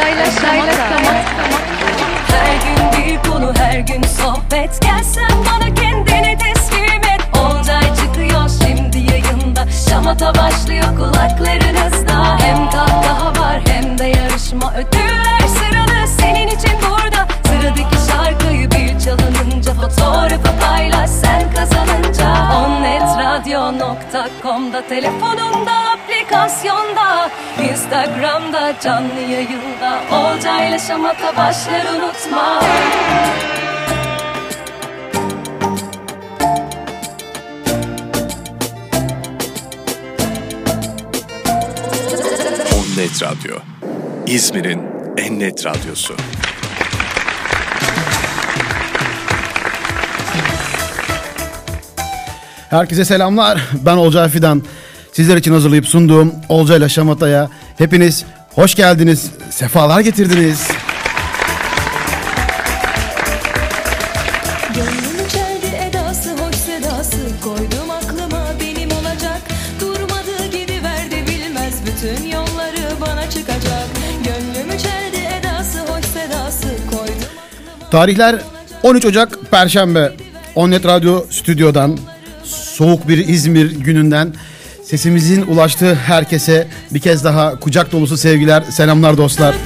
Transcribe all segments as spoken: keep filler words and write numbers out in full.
Olcayla Şamata. Her gün bir konu, her gün sohbet. Gelsen bana kendini teslim et. Olcay çıkıyor şimdi yayında. Şamata başlıyor kulaklarınızda. Hem kahkaha var hem de yarışma. Ödüller sıralı senin için burada. Sıradaki şarkıyı bir çalınınca, fotoğrafı paylaş sen kazanınca. onnet radyo nokta com'da, telefonunda, aplikasyonda, Instagram'da, canlı yayında. Olcayla Şamata başlar, unutma. onnet Radyo, İzmir'in en net radyosu. Herkese selamlar. Ben Olcay Fidan. Sizler için hazırlayıp sunduğum Olcayla Şamata'ya hepiniz hoş geldiniz. Sefalar getirdiniz. Gönlüm içerdi edası, hoş sedası. Koydum aklıma benim olacak. Durmadı gidiverdi bilmez, bütün yolları bana çıkacak. Gönlüm içerdi edası, hoş sedası. Koydum aklıma. Tarihler on üç Ocak Perşembe. onnet Radyo stüdyodan, soğuk bir İzmir gününden sesimizin ulaştığı herkese bir kez daha kucak dolusu sevgiler, selamlar dostlar.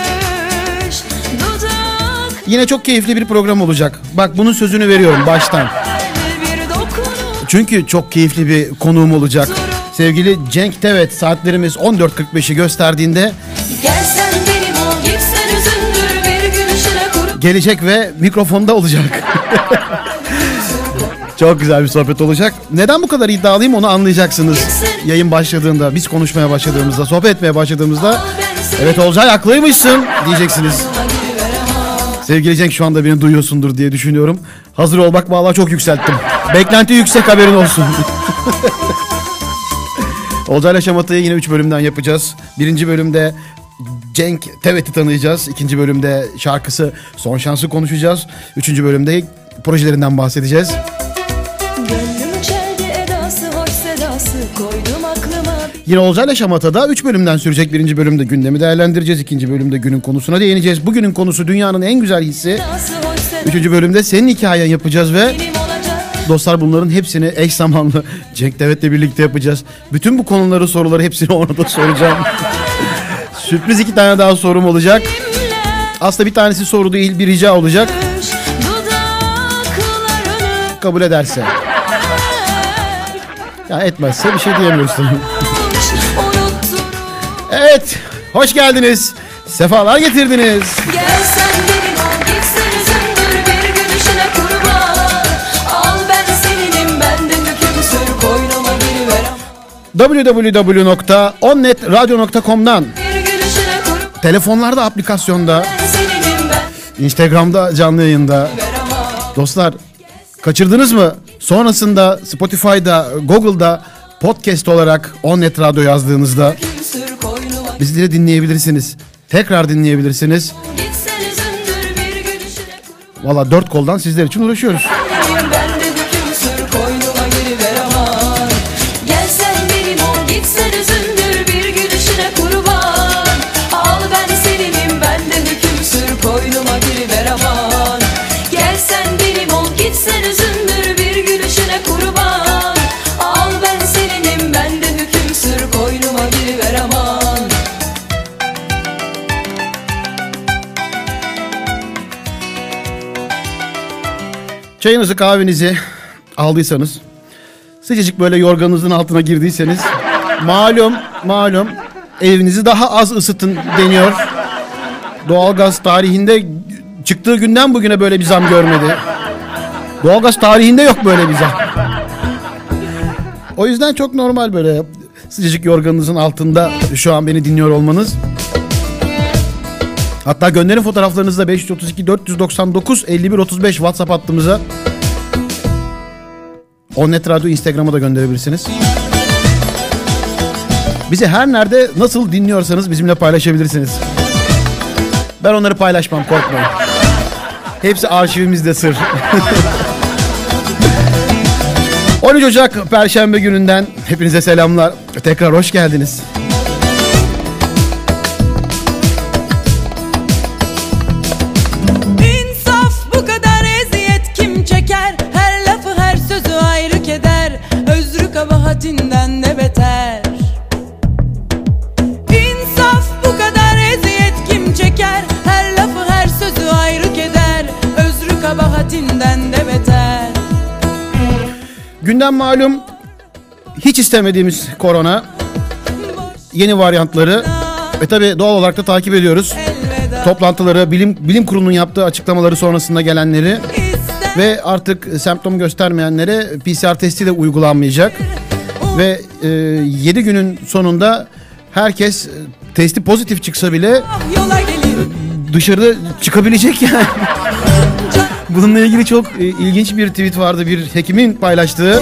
Yine çok keyifli bir program olacak. Bak, bunun sözünü veriyorum baştan. Çünkü çok keyifli bir konuğum olacak. Sevgili Cenk Tevet, saatlerimiz on dört kırk beşi gösterdiğinde gelecek ve mikrofonda olacak. Çok güzel bir sohbet olacak. Neden bu kadar iddialıyım onu anlayacaksınız. Yayın başladığında, biz konuşmaya başladığımızda, sohbet etmeye başladığımızda evet Olcay haklıymışsın diyeceksiniz. Sevgili Cenk, şu anda beni duyuyorsundur diye düşünüyorum. Hazır ol, bak vallahi çok yükselttim. Beklenti yüksek, haberin olsun. Olcayla Şamata'yı yine üç bölümden yapacağız. Birinci bölümde Cenk Tevet'i tanıyacağız. İkinci bölümde şarkısı Son Şans'ı konuşacağız. Üçüncü bölümde projelerinden bahsedeceğiz. Yine Olcayla Şamata'da üç bölümden sürecek. Birinci bölümde gündemi değerlendireceğiz. İkinci bölümde günün konusuna değineceğiz. Bugünün konusu dünyanın en güzel hissi. Üçüncü bölümde senin hikayen yapacağız ve dostlar bunların hepsini eş zamanlı Cenk Tevet'le birlikte yapacağız. Bütün bu konuları, soruları hepsini ona da soracağım. Sürpriz iki tane daha sorum olacak. Aslında bir tanesi soru değil, bir rica olacak. Kabul ederse. Ya etmezse bir şey diyemiyorsun. Evet, hoş geldiniz. Sefalar getirdiniz. Gel sen benim ol, gitsen üzüldür bir gülüşüne kurban. Al ben seninim, ben de hüküm sür, koynuma giriver. double-u double-u double-u nokta onnet radyo nokta com'dan, telefonlarda, aplikasyonda, Instagram'da, canlı yayında. Dostlar, kaçırdınız mı? Sonrasında Spotify'da, Google'da podcast olarak onnet radyo yazdığınızda bizleri dinleyebilirsiniz. Tekrar dinleyebilirsiniz. Valla dört koldan sizler için uğraşıyoruz. Çayınızı, kahvenizi aldıysanız, sıcacık böyle yorganınızın altına girdiyseniz, malum malum evinizi daha az ısıtın deniyor. Doğalgaz tarihinde çıktığı günden bugüne böyle bir zam görmedi. Doğalgaz tarihinde yok böyle bir zam. O yüzden çok normal böyle sıcacık yorganınızın altında şu an beni dinliyor olmanız. Hatta gönderin fotoğraflarınızı da beş yüz otuz iki dört yüz doksan dokuz elli bir otuz beş WhatsApp hattımıza. onnet Radyo Instagram'a da gönderebilirsiniz. Bizi her nerede nasıl dinliyorsanız bizimle paylaşabilirsiniz. Ben onları paylaşmam, korkmayın. Hepsi arşivimizde, sır. on üç Ocak Perşembe gününden hepinize selamlar. Tekrar hoş geldiniz. Gündem malum, hiç istemediğimiz korona, yeni varyantları ve tabii doğal olarak da takip ediyoruz. Toplantıları, bilim bilim kurulunun yaptığı açıklamaları sonrasında gelenleri ve artık semptom göstermeyenlere P C R testi de uygulanmayacak. Ve e, yedi günün sonunda herkes testi pozitif çıksa bile e, dışarıda çıkabilecek yani. Bununla ilgili çok e, ilginç bir tweet vardı, bir hekimin paylaştığı.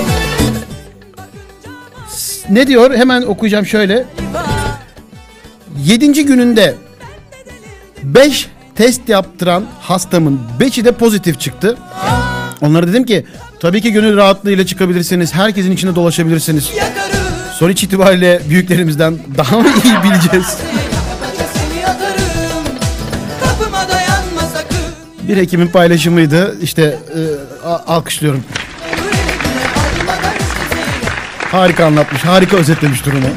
Ne diyor? Hemen okuyacağım şöyle. Yedinci gününde beş test yaptıran hastamın beşi de pozitif çıktı. Onlara dedim ki tabii ki gönül rahatlığıyla çıkabilirsiniz. Herkesin içinde dolaşabilirsiniz. Sonuç itibariyle büyüklerimizden daha mı iyi bileceğiz? Bir hekimin paylaşımıydı. İşte e, alkışlıyorum. Harika anlatmış, harika özetlemiş durumu.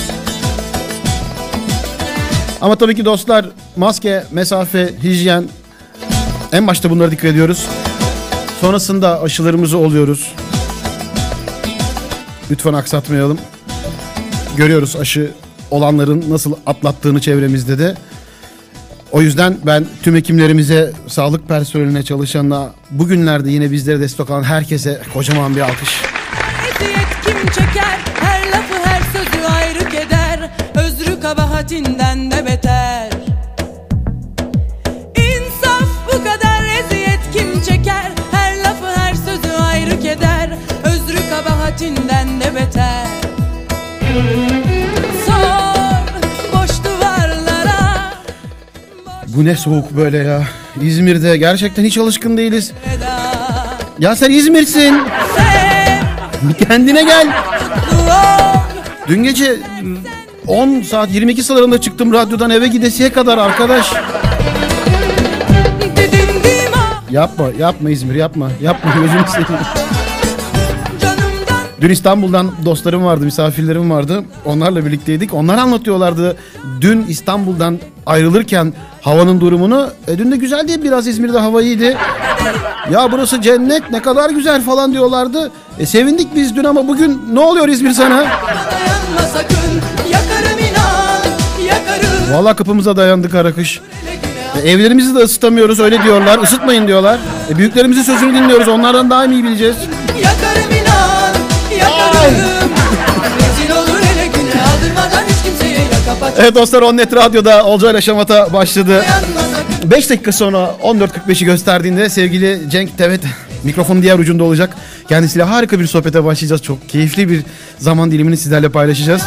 Ama tabii ki dostlar, maske, mesafe, hijyen, en başta bunlara dikkat ediyoruz. Sonrasında aşılarımızı oluyoruz. Lütfen aksatmayalım. Görüyoruz aşı olanların nasıl atlattığını çevremizde de. O yüzden ben tüm hekimlerimize, sağlık personeline, çalışanına, bugünlerde yine bizlere destek olan herkese kocaman bir alkış. Kim çeker, her lafı her sözü ayrı keder, özrü kabahatinden de beter. İnsaf bu kadar, eziyet kim çeker, her lafı her sözü ayrı keder, özrü kabahatinden de beter. Sor boş duvarlara. Boş Bu ne soğuk böyle ya. İzmir'de gerçekten hiç alışkın değiliz. Ya sen İzmir'sin. Bir kendine gel. Dün gece on saat yirmi iki sıralarında çıktım radyodan eve gidesiye kadar arkadaş. Yapma, yapma İzmir, yapma. Yapma, gözünü seveyim. Dün İstanbul'dan dostlarım vardı, misafirlerim vardı. Onlarla birlikteydik. Onlar anlatıyorlardı dün İstanbul'dan ayrılırken havanın durumunu. E, dün de güzel diye biraz İzmir'de hava iyiydi. Ya burası cennet, ne kadar güzel falan diyorlardı. E sevindik biz dün ama bugün ne oluyor İzmir sana? sakın, yakarım inan, yakarım. Vallahi kapımıza dayandı kara kış. E, evlerimizi de ısıtamıyoruz öyle diyorlar. Isıtmayın diyorlar. E, büyüklerimizin sözünü dinliyoruz. Onlardan daha iyi bileceğiz. Yakarım inan, yakarım. Rezil olur hele güne, aldırmadan hiç kimseye yaka. Evet dostlar, Onnet Radyo'da Olcay'la Şamata başladı. beş dakika sonra on dört kırk beşi gösterdiğinde sevgili Cenk Tevet mikrofonun diğer ucunda olacak. Kendisiyle harika bir sohbete başlayacağız. Çok keyifli bir zaman dilimini sizlerle paylaşacağız.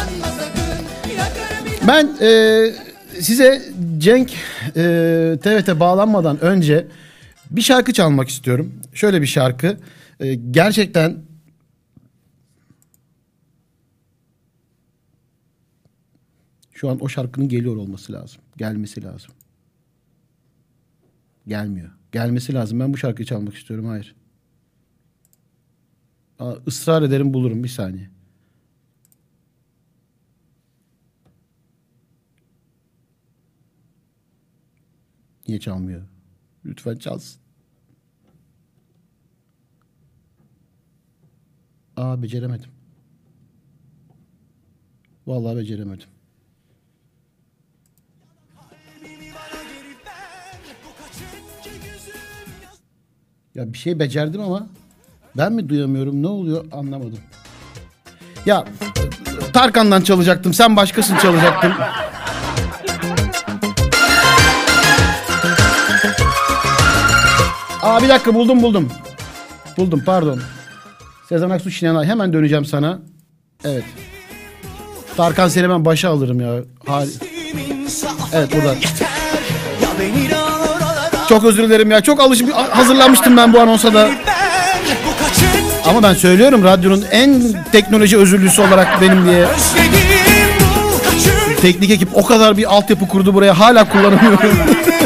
Ben e, size Cenk e, Tevet'e bağlanmadan önce bir şarkı çalmak istiyorum. Şöyle bir şarkı. E, gerçekten şu an o şarkının geliyor olması lazım. Gelmesi lazım. Gelmiyor. Gelmesi lazım. Ben bu şarkıyı çalmak istiyorum. Hayır. Aa, ısrar ederim bulurum. Bir saniye. Niye çalmıyor? Lütfen çalsın. Aa, beceremedim. Vallahi beceremedim. Ya bir şey becerdim ama ben mi duyamıyorum, ne oluyor anlamadım. Ya Tarkan'dan çalacaktım, sen başkasını çalacaktın. Aa bir dakika, buldum buldum. Buldum, pardon. Sezen Aksu Şinanay, hemen döneceğim sana. Evet. Tarkan, seni ben başa alırım ya. Hal... Evet, burada. Çok özür dilerim ya. Çok alışım hazırlanmıştım ben bu anonsa da. Ama ben söylüyorum, radyonun en teknoloji özürlüsü olarak benim diye. Teknik ekip o kadar bir altyapı kurdu buraya, hala kullanamıyorum.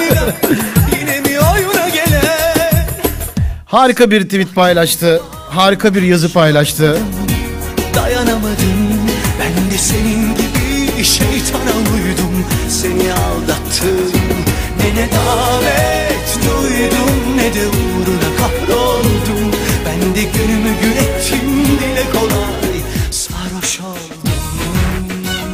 Harika bir tweet paylaştı. Harika bir yazı paylaştı. Dayanamadım, ben de senin gibi şeytana uydum. Seni aldattım, ne ne davet duydum, ne de uğruna kahroldum. Ben de günümü gün ettim, dile öyle kolay sarhoş oldum.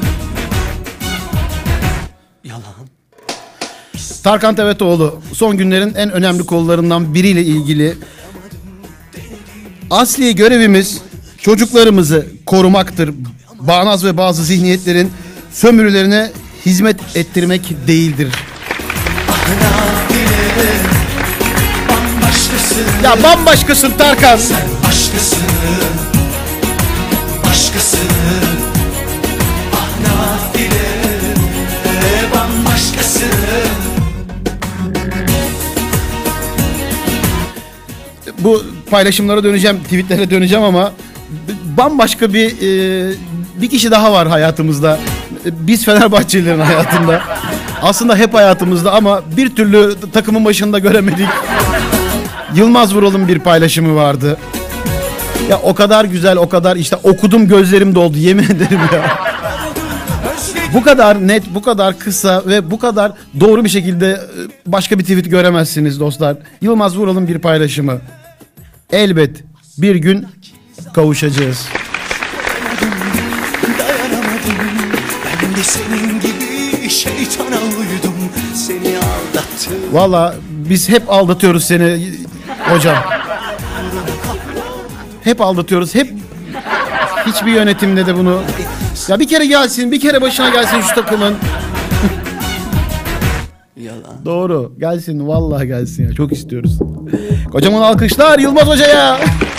Yalan. Tarkan Tevetoğlu son günlerin en önemli konularından biriyle ilgili. Asli görevimiz çocuklarımızı korumaktır. Bağnaz ve bazı zihniyetlerin sömürülerine hizmet ettirmek değildir. Ya bambaşkasın Tarkan. Sen başkasın, başkasın. Ah nafile, bambaşkasın. Bu paylaşımlara döneceğim, tweetlere döneceğim ama bambaşka bir e, bir kişi daha var hayatımızda. Biz Fenerbahçelilerin hayatında. Aslında hep hayatımızda ama bir türlü takımın başında göremedik. Yılmaz Vural'ın bir paylaşımı vardı. Ya o kadar güzel, o kadar işte okudum gözlerim doldu yemin ederim ya. Bu kadar net, bu kadar kısa ve bu kadar doğru bir şekilde başka bir tweet göremezsiniz dostlar. Yılmaz Vural'ın bir paylaşımı. Elbet bir gün kavuşacağız. Dayanamadım, ben de senin gibi şeytana uydum, seni aldattım. Valla biz hep aldatıyoruz seni hocam. Hep aldatıyoruz, hep hiçbir yönetimde de bunu. Ya bir kere gelsin, bir kere başına gelsin şu takımın. Yalan. Doğru, gelsin, vallahi gelsin ya, çok istiyoruz. Kocaman alkışlar Yılmaz Hoca'ya.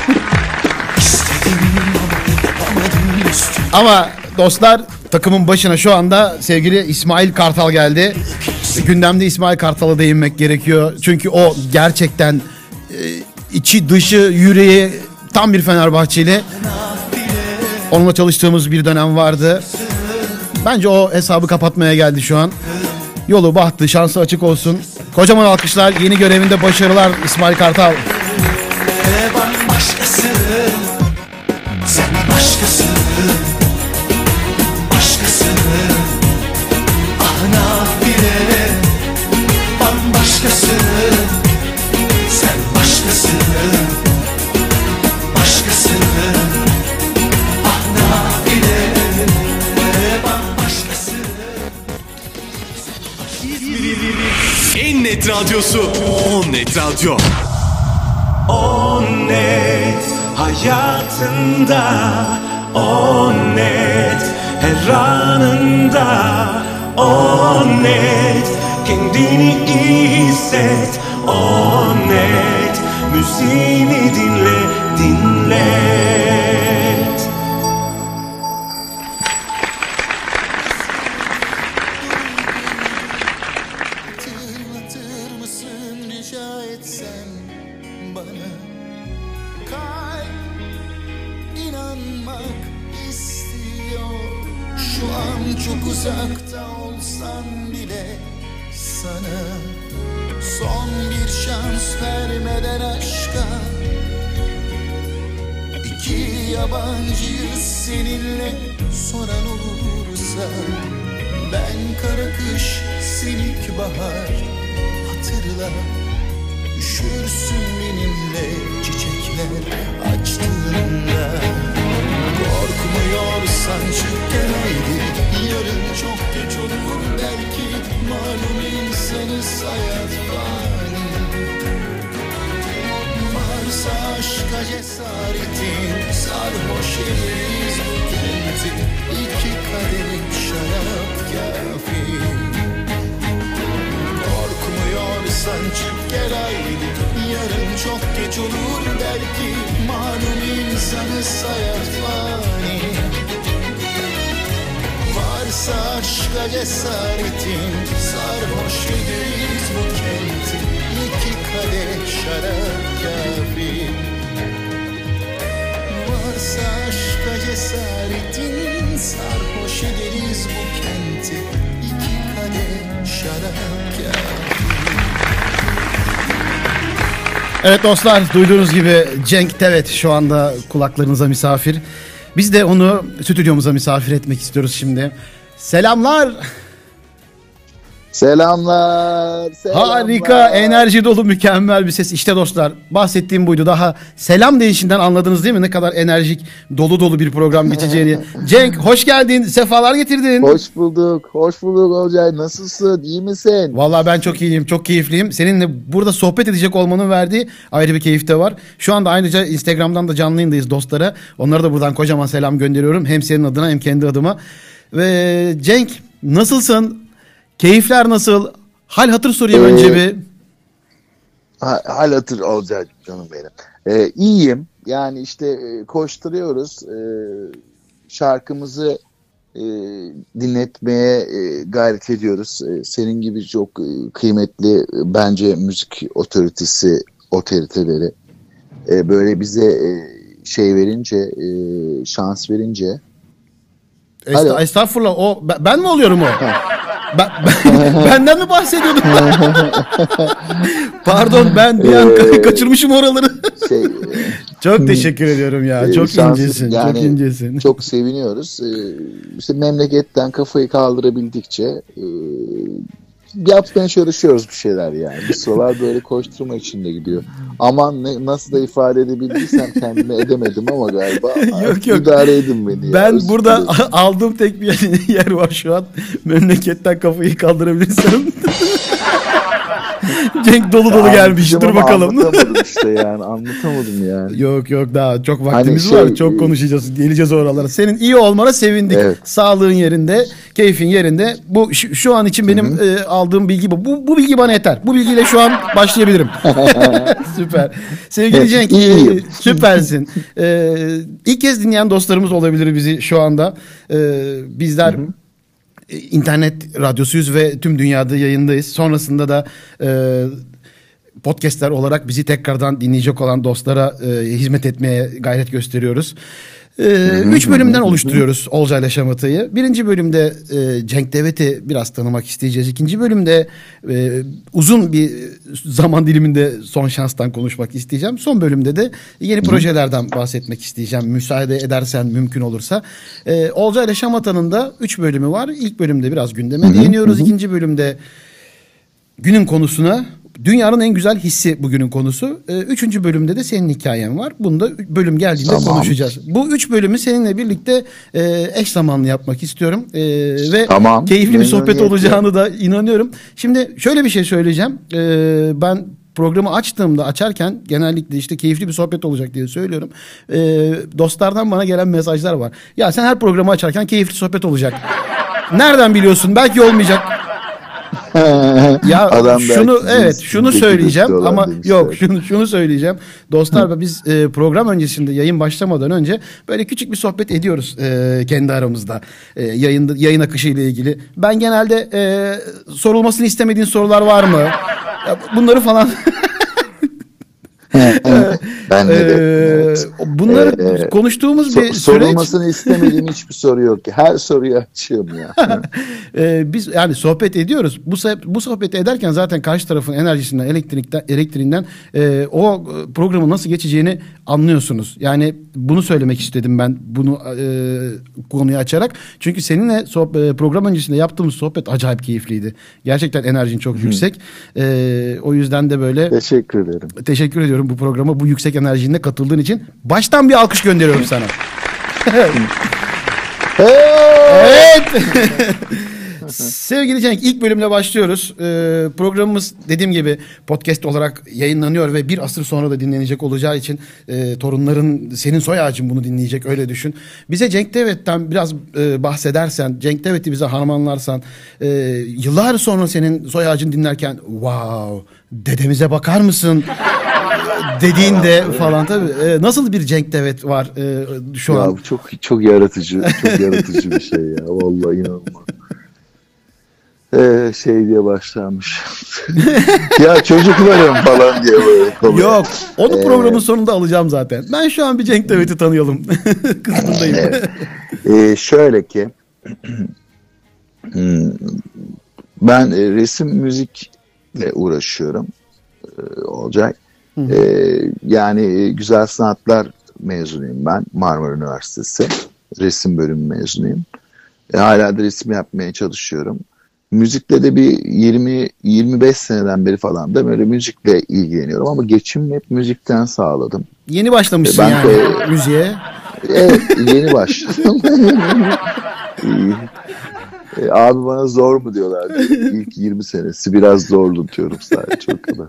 Ama dostlar, takımın başına şu anda sevgili İsmail Kartal geldi. Gündemde İsmail Kartal'a değinmek gerekiyor. Çünkü o gerçekten e, içi dışı yüreği tam bir Fenerbahçeli. Onunla çalıştığımız bir dönem vardı. Bence o hesabı kapatmaya geldi şu an. Yolu, bahtı, şansı açık olsun. Kocaman alkışlar, yeni görevinde başarılar İsmail Kartal. Bambaşkasın, sen başkasın, başkasın. Ah nafile, bambaşkasın, sen başkasın, başkasın. Ah nafile, bambaşkasın. En net radyosu On Net Radyo. On net hayatında, on net her anında, on net kendini iyi hisset, on net müziğini dinle, dinlet. Hatırlatır mısın rica etsem bana? Kalp inanmak istiyor. Şu an çok uzakta olsan bile sana son bir şans vermeden aşka. İki yabancıyız seninle, soran olursa ben kara kış, sen ilkbahar. Hatırla, üşürsün benimle çiçekler açtığında. Korkmuyorsan çık gel haydi, yarın çok geç olur belki. Malum insanız, hayat fani. Varsa aşka cesaretin, sarhoş ederiz bu kenti. İki kadeh şarap kafi. Korkmuyorsan çık gel haydi, yarın çok geç olur belki. Malum insanız, hayat fani. Varsa aşka cesaretin, sarhoş ederiz bu kenti. İki kadeh şarap kafi. Varsa aşka cesaretin, sarhoş ederiz bu kenti. İki kadeh şarap kafi. Evet dostlar, duyduğunuz gibi Cenk Tevet şu anda kulaklarınıza misafir. Biz de onu stüdyomuza misafir etmek istiyoruz şimdi. Selamlar. Selamlar, selamlar. Harika, enerji dolu, mükemmel bir ses. İşte dostlar, bahsettiğim buydu. Daha selam değişinden anladınız değil mi? Ne kadar enerjik, dolu dolu bir program geçeceğini. Cenk, hoş geldin, sefalar getirdin. Hoş bulduk, hoş bulduk Olcay. Nasılsın, iyi misin? Vallahi ben çok iyiyim, çok keyifliyim. Seninle burada sohbet edecek olmanın verdiği ayrı bir keyif de var. Şu anda ayrıca Instagram'dan da canlı yayındayız dostlara. Onlara da buradan kocaman selam gönderiyorum. Hem senin adına hem kendi adıma. Ve Cenk, nasılsın? Keyifler nasıl? Hal hatır sorayım ee, önce bir. Ha, hal hatır Olcay canım benim. Ee, iyiyim. Yani işte e, koşturuyoruz. E, şarkımızı e, dinletmeye e, gayret ediyoruz. E, senin gibi çok e, kıymetli e, bence müzik otoritesi, otoriteleri e, böyle bize e, şey verince, e, şans verince. Est- estağfurullah, o ben, ben mi oluyorum o? Ben, ben, benden mi bahsediyordun? Pardon, ben bir an ee, kaçırmışım oraları. Şey, çok teşekkür ediyorum ya. Çok şans, incesin. Yani çok incesin. Çok seviniyoruz. Ee, işte memleketten kafayı kaldırabildikçe e, yapmaya çalışıyoruz bir şeyler yani. Bir sıralar böyle koşturma içinde gidiyor. Aman ne, nasıl da ifade edebildiysem kendime edemedim ama galiba yok, yok. idare edin beni. Ben ya. burada Özür aldığım tek bir yer var şu an. Memleketten kafayı kaldırabilirsem. Cenk dolu dolu gelmiş. Dur bakalım. Anlatamadım işte yani. Anlatamadım yani. Yok yok, daha çok vaktimiz hani var. şey, Çok konuşacağız. Geleceğiz oralara. Senin iyi olmana sevindik. Evet. Sağlığın yerinde, keyfin yerinde. Bu şu, şu an için benim e, aldığım bilgi bu. bu. Bu bilgi bana yeter. Bu bilgiyle şu an başlayabilirim. Süper. Sevgili Cenk, e, süpersin. E, ilk kez dinleyen dostlarımız olabilir bizi şu anda. E, bizler hı hı. İnternet radyosuyuz ve tüm dünyada yayındayız. Sonrasında da e, podcastler olarak bizi tekrardan dinleyecek olan dostlara e, hizmet etmeye gayret gösteriyoruz. E, üç bölümden oluşturuyoruz Olcay'la Şamata'yı. Birinci bölümde e, Cenk Devet'i biraz tanımak isteyeceğiz. İkinci bölümde e, uzun bir zaman diliminde Son Şans'tan konuşmak isteyeceğim. Son bölümde de yeni projelerden bahsetmek isteyeceğim. Müsaade edersen, mümkün olursa. E, Olcay'la Şamata'nın da üç bölümü var. İlk bölümde biraz gündeme değiniyoruz. İkinci bölümde günün konusuna... Dünyanın en güzel hissi bugünün konusu. Ee, üçüncü bölümde de senin hikayen var. Bunu da bölüm geldiğinde tamam. konuşacağız. Bu üç bölümü seninle birlikte e, eş zamanlı yapmak istiyorum. E, ve tamam. keyifli bir sohbet olacağını da inanıyorum. Şimdi şöyle bir şey söyleyeceğim. E, ben programı açtığımda, açarken genellikle işte keyifli bir sohbet olacak diye söylüyorum. E, dostlardan bana gelen mesajlar var. Ya sen her programı açarken keyifli sohbet olacak. Nereden biliyorsun? Belki olmayacak. Ya adam şunu evet şunu söyleyeceğim ama yok şunu şunu söyleyeceğim. Dostlar biz e, program öncesinde, yayın başlamadan önce böyle küçük bir sohbet ediyoruz e, kendi aramızda. E, yayın yayın akışı ile ilgili. Ben genelde e, sorulmasını istemediğin sorular var mı? Ya, bunları falan ben de, evet. Bunları ee, konuştuğumuz so, bir süreç. Sorulmasını istemediğim hiçbir soru yok ki. Her soruyu açıyorum ya. ee, biz yani sohbet ediyoruz. Bu bu sohbeti ederken zaten karşı tarafın enerjisinden, elektrikten, elektriğinden e, o programın nasıl geçeceğini anlıyorsunuz. Yani bunu söylemek istedim ben bunu e, konuyu açarak. Çünkü seninle sohbet, program öncesinde yaptığımız sohbet acayip keyifliydi. Gerçekten enerjin çok yüksek. E, o yüzden de böyle. Teşekkür ederim. Teşekkür ediyorum bu programa, bu yüksek enerjinle katıldığın için. Baştan bir alkış gönderiyorum sana. Evet. Sevgili Cenk, ilk bölümle başlıyoruz. Ee, programımız dediğim gibi podcast olarak yayınlanıyor ve bir asır sonra da dinlenecek olacağı için e, torunların, senin soy ağacın bunu dinleyecek, öyle düşün. Bize Cenk Devet'ten biraz e, bahsedersen, Cenk Devet'i bize harmanlarsan, e, yıllar sonra senin soy ağacın dinlerken wow, dedemize bakar mısın dediğinde falan tabii. E, nasıl bir Cenk Devet var e, şu ya, an? Çok çok yaratıcı, çok yaratıcı bir şey ya. Vallahi inanılmaz. Ee, şey diye başlamış. Ya çocuklarım falan diye böyle. Yok, onu ee, programın sonunda alacağım zaten. Ben şu an bir Cenk Devet'i tanıyalım kısmındayım. Evet. Ee, şöyle ki ben e, resim müzikle uğraşıyorum e, Olcay. E, yani güzel sanatlar mezunuyum ben, Marmara Üniversitesi resim bölümü mezunuyum. E, hala da resim yapmaya çalışıyorum. müzikle de bir yirmi yirmi beş seneden beri falan da böyle müzikle ilgileniyorum ama geçim hep müzikten sağladım. Yeni başlamışsın Ben yani de- müziğe. Evet, yeni başladım. E, abi bana zor mu diyorlar. İlk yirmi senesi biraz zorlu diyorum sadece o kadar.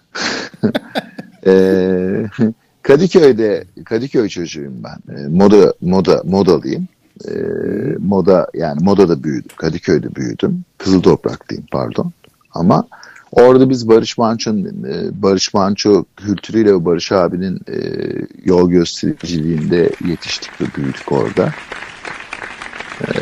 e, Kadıköy'de Kadıköy çocuğuyum ben. E, moda moda modalıyım. E, moda yani modada büyüdüm. Kadıköy'de büyüdüm. Kızıltopraklıyım pardon. Ama orada biz Barış Manço'nun e, Barış Manço kültürüyle ve Barış abinin e, yol göstericiliğinde yetiştik ve büyüdük orada. E,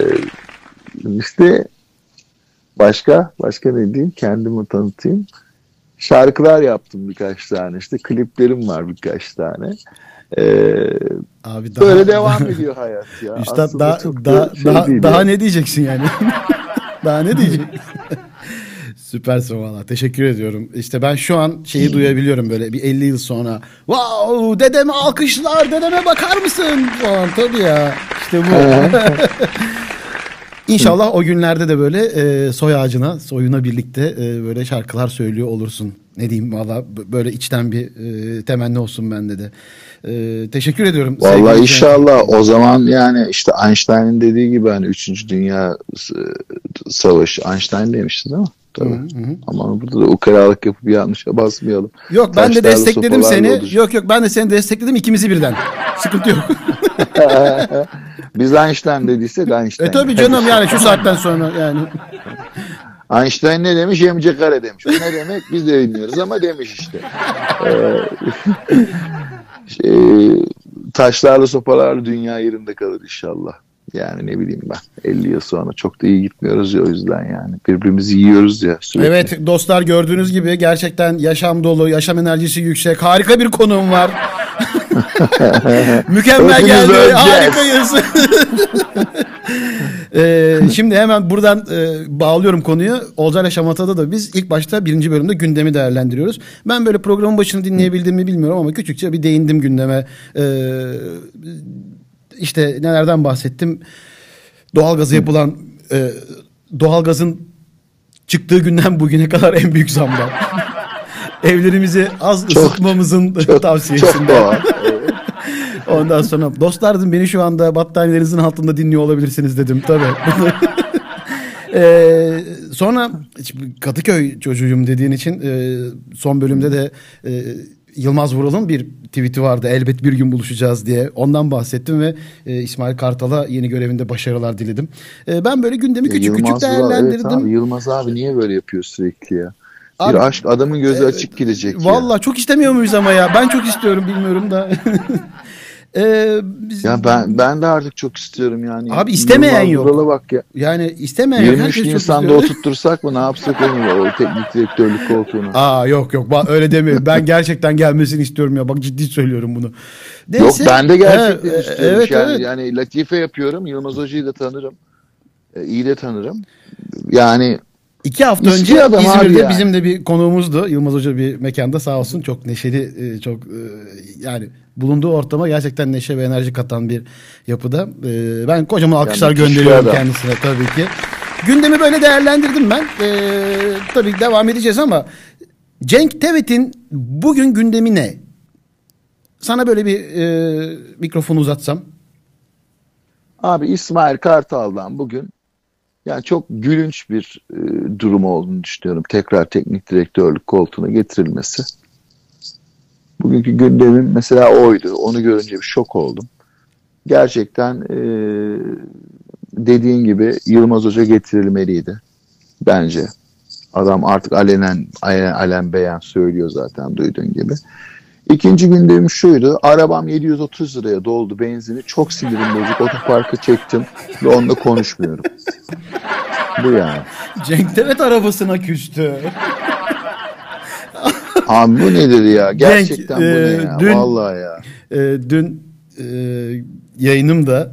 işte başka başka ne diyeyim? Kendimi tanıtayım. Şarkılar yaptım birkaç tane. İşte kliplerim var birkaç tane. Ee, Abi daha, böyle devam ediyor hayat ya. Üstad Aslında daha, çok daha, da şey daha, değil daha ya. ne diyeceksin yani? Daha ne diyeceksin? Süpersin valla. Teşekkür ediyorum. İşte ben şu an şeyi duyabiliyorum böyle bir elli yıl sonra. Wow, dedeme alkışlar, dedeme bakar mısın? Falan tabii ya. İşte bu. İnşallah o günlerde de böyle e, soy ağacına, soyuna birlikte e, böyle şarkılar söylüyor olursun. Ne diyeyim valla b- böyle içten bir e, temenni olsun bende de. E, teşekkür ediyorum. Vallahi sevgili inşallah o zaman yani işte Einstein'ın dediği gibi hani üçüncü Dünya S- Savaşı Einstein demişti değil mi? Tabii. Ama burada da ukalalık yapıp yanlışa basmayalım. Yok ben de Taşlarla, destekledim sopalarla seni. olacak. Yok yok ben de seni destekledim ikimizi birden. Sıkıntı yok. Biz Einstein dediysek Einstein. E tabii canım yani şu saatten sonra yani. Einstein ne demiş? Yemce kare demiş. O ne demek? Biz de bilmiyoruz ama demiş işte. Ee, şey, taşlarla sopalarla dünya yerinde kalır inşallah. Yani ne bileyim ben. elli yıl sonra çok da iyi gitmiyoruz ya o yüzden yani. Birbirimizi yiyoruz ya sürekli. Evet dostlar gördüğünüz gibi gerçekten yaşam dolu, yaşam enerjisi yüksek. Harika bir konuğum var. Mükemmel Hepimiz geldi. öleceğiz. Harikayız. Ee, şimdi hemen buradan e, bağlıyorum konuyu. Olcayla Şamata'da da biz ilk başta birinci bölümde gündemi değerlendiriyoruz. Ben böyle programın başını dinleyebildiğimi bilmiyorum ama küçükçe bir değindim gündeme. Ee, işte nelerden bahsettim? Doğalgaza yapılan e, doğalgazın çıktığı günden bugüne kadar en büyük zamlar. Evlerimizi az Çok- ısıtmamızın Çok, tavsiyesinde. çok doğal. Ondan sonra dostlar dedim beni şu anda battaniyelerinizin altında dinliyor olabilirsiniz dedim tabii. Ee, sonra şimdi Kadıköy çocuğuyum dediğin için e, son bölümde de e, Yılmaz Vural'ın bir tweet'i vardı. Elbet bir gün buluşacağız diye. Ondan bahsettim ve e, İsmail Kartal'a yeni görevinde başarılar diledim. E, ben böyle gündemi küçük küçük Yılmaz Vural, değerlendirdim. Evet abi, Yılmaz abi niye böyle yapıyor sürekli ya? Abi- bir aşk adamın gözü açık gidecek ya. Vallahi çok istemiyor muyuz ama ya? Ben çok istiyorum bilmiyorum da. Ee, biz- Ya ben ben de artık çok istiyorum yani. Abi istemeyen Yılmaz yok. Vural'a bak ya. Yani istemeyen yok. yirmi üç Herkes çok Nisan'da istiyor. oturttursak mı ne yapsak onu o teknik direktörlük koltuğuna. Aa yok yok Ba- öyle demiyorum. Ben gerçekten gelmesini istiyorum ya. Bak ciddi söylüyorum bunu. Yok Neyse. ben de gerçekten Ee, istiyorum. Evet yani, evet. yani latife yapıyorum. Yılmaz Hoca'yı da tanırım. Ee, iyi de tanırım. Yani İki hafta Eski önce adam abi İzmir'de yani. bizim de bir konuğumuzdu. Yılmaz Hoca bir mekanda sağ olsun. Çok neşeli, e, çok e, yani bulunduğu ortama gerçekten neşe ve enerji katan bir yapıda. E, Ben kocaman alkışlar müthiş bir gönderiyorum adam. kendisine tabii ki. Gündemi böyle değerlendirdim ben. E, tabii devam edeceğiz ama Cenk Tevet'in bugün gündemi ne? Sana böyle bir e, mikrofonu uzatsam. abi İsmail Kartal'dan bugün yani çok gülünç bir e, durum olduğunu düşünüyorum. Tekrar teknik direktörlük koltuğuna getirilmesi. Bugünkü gündemim mesela oydu. Onu görünce bir şok oldum. Gerçekten e, dediğin gibi Yılmaz Hoca getirilmeliydi. Bence. Adam artık alenen, alenen, alen beyan söylüyor zaten duyduğun gibi. İkinci gündemim şuydu. Arabam yedi yüz otuz liraya doldu benzini. Çok sinirim bozuk. Otoparka çektim ve onunla konuşmuyorum. Bu yani. Cenk Tevet arabasına küstü. Abi bu nedir ya? Gerçekten bu e, ne ya? dün- Vallahi ya. Ee, dün e, yayınımda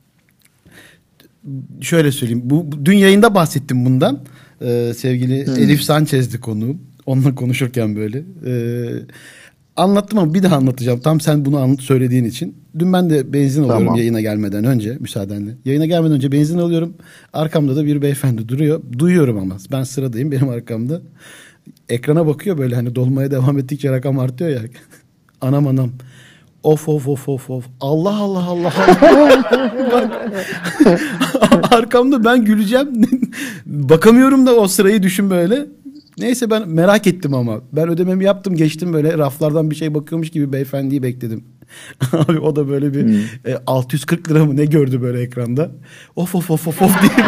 şöyle söyleyeyim. Bu bu- dün yayında bahsettim bundan. Ee, sevgili Elif Sanchez'di konuğum. Onunla konuşurken böyle. Ee, Anlattım ama bir daha anlatacağım. Tam sen bunu anlat söylediğin için. Dün ben de benzin alıyorum Tamam. yayına gelmeden önce müsaadenle. Yayına gelmeden önce benzin alıyorum. Arkamda da bir beyefendi duruyor. Duyuyorum ama ben sıradayım, benim arkamda. Ekrana bakıyor böyle, hani dolmaya devam ettikçe rakam artıyor ya. Anam anam. Of of of of of. Allah Allah Allah Allah. Arkamda ben güleceğim. Bakamıyorum da o sırayı, düşün böyle. Neyse, ben merak ettim ama. Ben ödememi yaptım, geçtim, böyle raflardan bir şey bakıyormuş gibi beyefendiyi bekledim. Abi o da böyle bir hmm. e, altı yüz kırk lira mı ne gördü böyle ekranda. Of of of of of diye.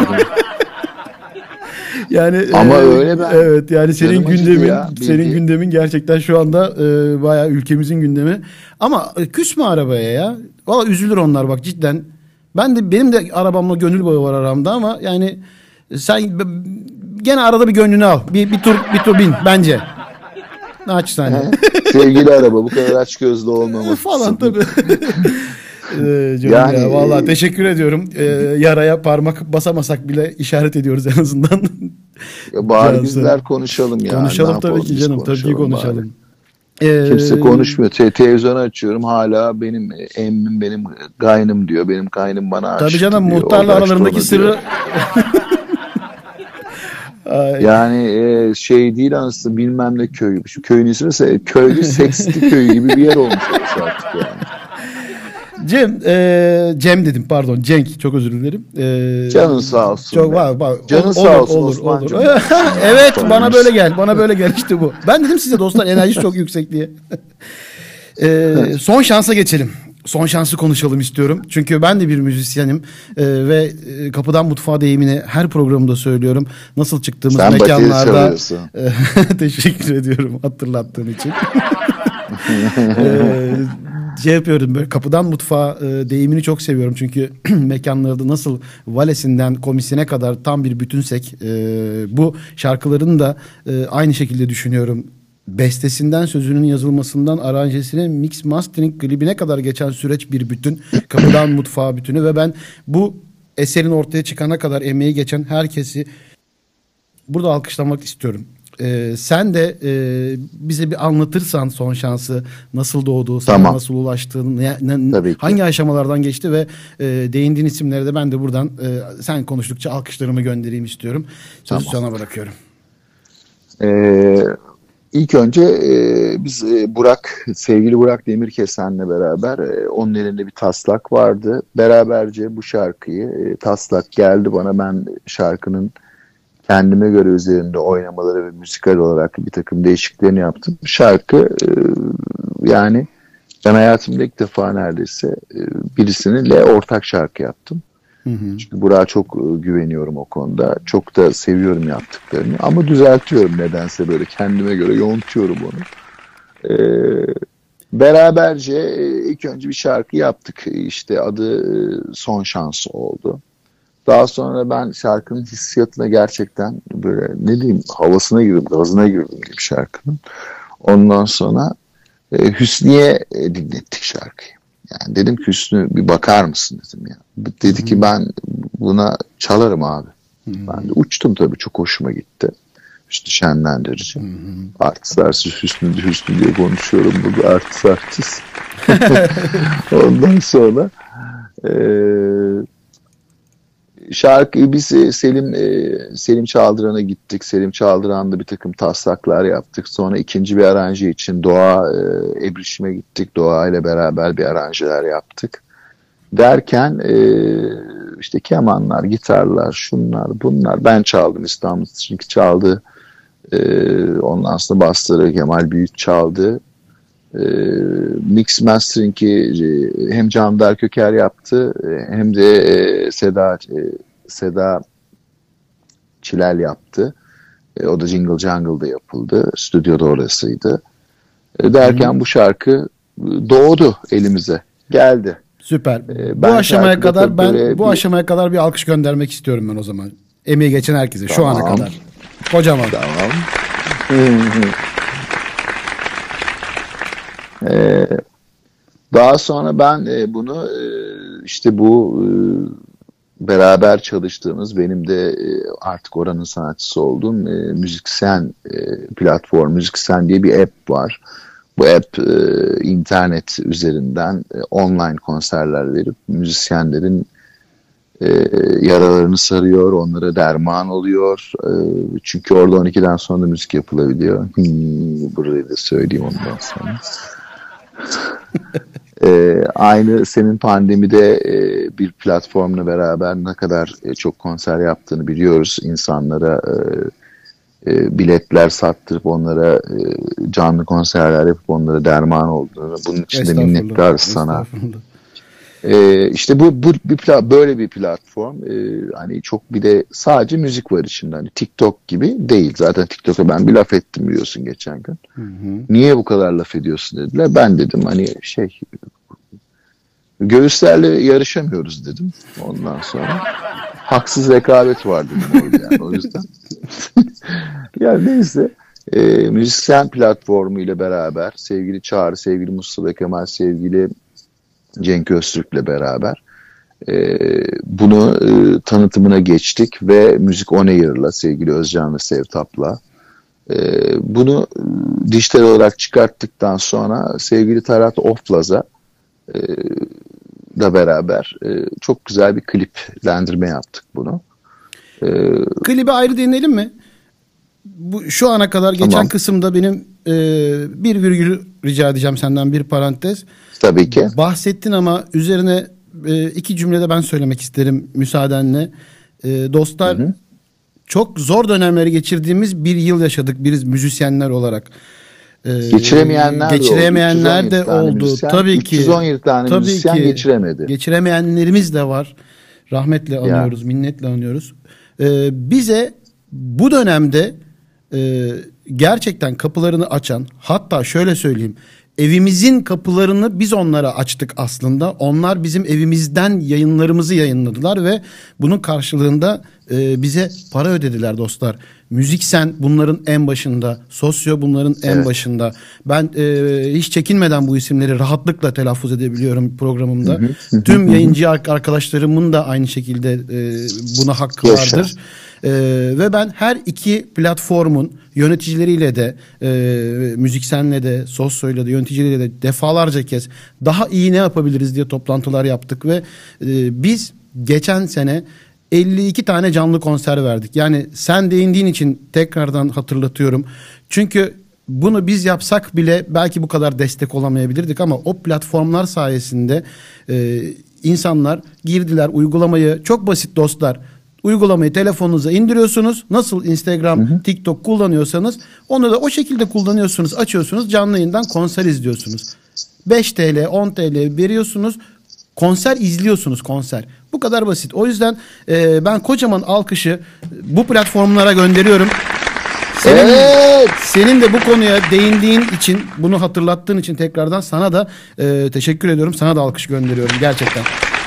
Yani ama e, öyle ben. Evet, yani senin gündemin ya, senin bildiğin. gündemin gerçekten şu anda e, bayağı ülkemizin gündemi. Ama e, küsme arabaya ya. Valla üzülür onlar bak, cidden. Ben de, benim de arabamla gönül bağı var aramda ama yani sen gene arada bir gönlünü al. Bir, bir tur bir tur bin bence. Naçizane. Sevgili araba, bu kadar açgözlü olmaması falan tabii. ee, canım yani, ya, vallahi teşekkür ediyorum. Ee, yaraya parmak basamasak bile işaret ediyoruz en azından. Bari bizler konuşalım ya. Konuşalım tabii ki canım. Tabii ki konuşalım. Ee, Kimse konuşmuyor. Te- televizyonu açıyorum, hala benim emmim, benim kaynım diyor. Benim kaynım bana açtı. Tabii canım, diyor. muhtarla aralarındaki sırrı. Yani e, şey değil aslında, bilmem ne köyü. Şu köyün ismi köylü Seksli köyü gibi bir yer olmuş artık yani. Cem, e, Cem dedim pardon, Cenk, çok özür dilerim. E, Canın sağ olsun. Çok var, var. Canın olur, sağ olsun olur, Osman'cığım. olur. Evet, bana böyle gel, bana böyle gel, işte bu. Ben dedim size dostlar, enerji çok yüksek diye. e, son şansa geçelim. Son şansı konuşalım istiyorum. Çünkü ben de bir müzisyenim ee, ve e, kapıdan mutfağa deyimini her programda söylüyorum. Nasıl çıktığımız sen mekanlarda. Teşekkür ediyorum hatırlattığın için. ee, şey yapıyorum, böyle kapıdan mutfağa e, deyimini çok seviyorum. Çünkü mekanlarda nasıl valesinden komisine kadar tam bir bütünsek, e, bu şarkıların da e, aynı şekilde düşünüyorum. Bestesinden sözünün yazılmasından aranjesine, mix mastering, klibine kadar geçen süreç bir bütün. Kapıdan mutfağa bütünü ve ben bu eserin ortaya çıkana kadar emeği geçen herkesi burada alkışlamak istiyorum. Ee, sen de e, bize bir anlatırsan son şansı, nasıl doğdu, sana tamam. nasıl ulaştığını, ne, ne, hangi aşamalardan geçti ve e, değindiğin isimleri de ben de buradan e, sen konuştukça alkışlarımı göndereyim istiyorum. Sözü tamam. sana bırakıyorum. Eee İlk önce e, biz e, Burak, sevgili Burak Demirkesen'le beraber e, onun elinde bir taslak vardı. Beraberce bu şarkıyı, e, taslak geldi bana, ben şarkının kendime göre üzerinde oynamaları ve müzikal olarak bir takım değişikliklerini yaptım. Şarkı e, yani ben hayatımda ilk defa neredeyse e, birisininle ortak şarkı yaptım. Hı hı. Çünkü Burak'a çok güveniyorum o konuda. Çok da seviyorum yaptıklarını. Ama düzeltiyorum nedense, böyle kendime göre yontuyorum onu. Ee, beraberce ilk önce bir şarkı yaptık. İşte adı Son Şans oldu. Daha sonra ben şarkının hissiyatına gerçekten böyle ne diyeyim, havasına girdim, gazına girdim gibi şarkının. Ondan sonra e, Hüsniye e, dinlettik şarkıyı. Yani dedim ki Hüsnü bir bakar mısın dedim ya. Dedi Hı-hı. ki ben buna çalarım abi. Hı-hı. Ben de uçtum tabii, çok hoşuma gitti. Hüsnü şenlendirici. Hı-hı. Artist artist Hüsnü, Hüsnü diye konuşuyorum burada, artist artist. Ondan sonra eee şarkıyı biz Selim e, Selim Çaldıran'a gittik. Selim Çaldıran'da bir takım taslaklar yaptık. Sonra ikinci bir aranje için Doğa e, Ebrişim'e gittik. Doğa ile beraber bir aranjeler yaptık. Derken e, işte kemanlar, gitarlar, şunlar, bunlar. Ben çaldım, İstanbul çünkü çaldı. E, ondan sonra basları Kemal Büyük çaldı. E, mix mastering'i hem Canber Köker yaptı hem de e, Seda e, Seda Çilel yaptı. E, o da Jingle Jungle'da yapıldı. Stüdyoda orasıydı. E, derken hmm. bu şarkı doğdu elimize. Geldi. Süper. E, bu aşamaya kadar ben bu bir... aşamaya kadar bir alkış göndermek istiyorum ben o zaman. Emeği geçen herkese tamam. Şu ana kadar. Kocaman. Tamam. Ee, daha sonra ben e, bunu e, işte bu e, beraber çalıştığımız, benim de e, artık oranın sanatçısı olduğum e, Müziksen e, platform, Müziksen diye bir app var. Bu app e, internet üzerinden e, online konserler verip müzisyenlerin e, yaralarını sarıyor, onlara derman oluyor. E, çünkü orada on ikiden sonra müzik yapılabiliyor. Hmm, burayı da söyleyeyim ondan sonra. e, aynı senin pandemide e, bir platformla beraber ne kadar e, çok konser yaptığını biliyoruz. İnsanlara e, E, biletler sattırıp onlara e, canlı konserler yapıp onlara derman olduğunu, bunun için de minnettar sana. E, işte bu, bu bir pla- böyle bir platform, e, hani çok bir de sadece müzik var içinde, hani TikTok gibi değil. Zaten TikTok'a ben bir laf ettim biliyorsun geçen gün. Hı hı. Niye bu kadar laf ediyorsun dediler. Ben dedim hani şey, göğüslerle yarışamıyoruz dedim. Ondan sonra haksız rekabet var dedim orada yani, o yüzden. Yani neyse, e, müzisyen platformu ile beraber sevgili Çağrı, sevgili Mustafa Kemal, sevgili Cenk Öztürk'le beraber e, bunu e, tanıtımına geçtik ve Müzik On Air'la, sevgili Özcan ve Sevtap'la e, bunu e, dijital olarak çıkarttıktan sonra sevgili Tarat Oflaz'a e, da beraber e, çok güzel bir kliplendirme yaptık bunu. E, Klibe ayrı değinelim mi? Bu şu ana kadar geçen tamam. kısımda benim e, bir virgül rica edeceğim senden, bir parantez. Tabii ki. Bahsettin ama üzerine e, iki cümlede ben söylemek isterim müsaadenle. E, dostlar, hı hı, çok zor dönemleri geçirdiğimiz bir yıl yaşadık biz müzisyenler olarak. E, geçiremeyenler, geçiremeyenler de oldu. De oldu. Müzisyen, tabii ki. üç yüz on yedi tane tabii müzisyen ki geçiremedi. Geçiremeyenlerimiz de var. Rahmetle anıyoruz, ya. minnetle anıyoruz. E, bize bu dönemde e, gerçekten kapılarını açan, hatta şöyle söyleyeyim, evimizin kapılarını biz onlara açtık aslında. Onlar bizim evimizden yayınlarımızı yayınladılar ve bunun karşılığında e, bize para ödediler dostlar. Müziksen bunların en başında, Sosyo bunların en evet. başında. Ben e, hiç çekinmeden bu isimleri rahatlıkla telaffuz edebiliyorum programımda. Hı hı. Tüm yayıncı arkadaşlarımın da aynı şekilde e, buna hakkı Yaşa. vardır. E, ve ben her iki platformun yöneticileriyle de, e, Müziksen'le de, Sosyo'yla da, yöneticileriyle de defalarca kez daha iyi ne yapabiliriz diye toplantılar yaptık ve e, biz geçen sene elli iki tane canlı konser verdik. Yani sen değindiğin için tekrardan hatırlatıyorum. Çünkü bunu biz yapsak bile belki bu kadar destek olamayabilirdik ama o platformlar sayesinde e, insanlar girdiler uygulamayı. Çok basit dostlar. Uygulamayı telefonunuza indiriyorsunuz. Nasıl Instagram, hı hı. TikTok kullanıyorsanız onu da o şekilde kullanıyorsunuz. Açıyorsunuz, canlı yayından konser izliyorsunuz. beş TL, on TL veriyorsunuz. Konser izliyorsunuz, konser. Bu kadar basit. O yüzden e, ben kocaman alkışı bu platformlara gönderiyorum. Senin, evet. senin de bu konuya değindiğin için, bunu hatırlattığın için tekrardan sana da e, teşekkür ediyorum. Sana da alkış gönderiyorum gerçekten.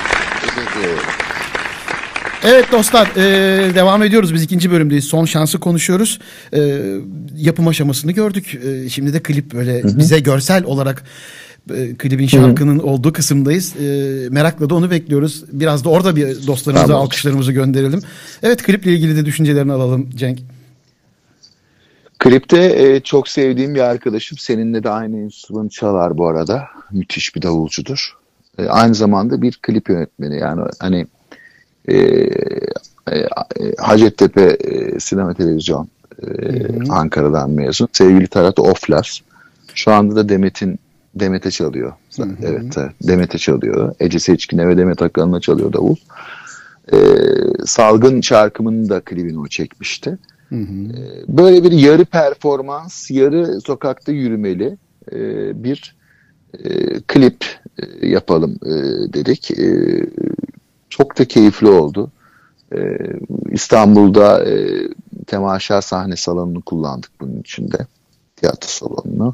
Evet dostlar, e, devam ediyoruz. Biz ikinci bölümdeyiz. Son şansı konuşuyoruz. E, yapım aşamasını gördük. E, şimdi de klip böyle, hı hı, bize görsel olarak e, klibin, şarkının, hı hı, olduğu kısımdayız. E, merakla da onu bekliyoruz. Biraz da orada bir dostlarımıza tamam. alkışlarımızı gönderelim. Evet, kliple ilgili de düşüncelerini alalım Cenk. Klipte e, çok sevdiğim bir arkadaşım, seninle de aynı enstrümanı çalar bu arada. Müthiş bir davulcudur. E, aynı zamanda bir klip yönetmeni. Yani hani e, e, Hacettepe e, Sinema Televizyon e, Ankara'dan mezun. Sevgili Tarat Oflaz. Şu anda da Demet'in Demet'e çalıyor. Hı hı. Evet, Demet'e çalıyor. Ece Seçkin'e ve Demet Akalın'a çalıyor davul. E, Salgın şarkımın da klibini o çekmişti. Hı hı. Böyle bir yarı performans, yarı sokakta yürümeli bir klip yapalım dedik. Çok da keyifli oldu. İstanbul'da Temaşa sahne salonunu kullandık bunun içinde. Tiyatro salonunu.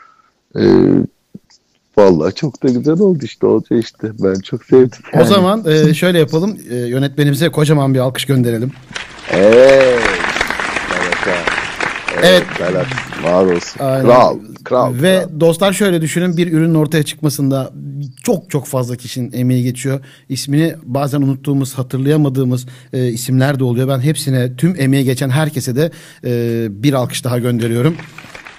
Vallahi çok da güzel oldu işte, olacak işte. Ben çok sevdim. Yani. O zaman şöyle yapalım. Yönetmenimize kocaman bir alkış gönderelim. Evet. Evet. Evet. Var olsun. Kral, kral. Ve kral. dostlar şöyle düşünün, bir ürünün ortaya çıkmasında çok çok fazla kişinin emeği geçiyor. İsmini bazen unuttuğumuz, hatırlayamadığımız e, isimler de oluyor. Ben hepsine, tüm emeği geçen herkese de e, bir alkış daha gönderiyorum.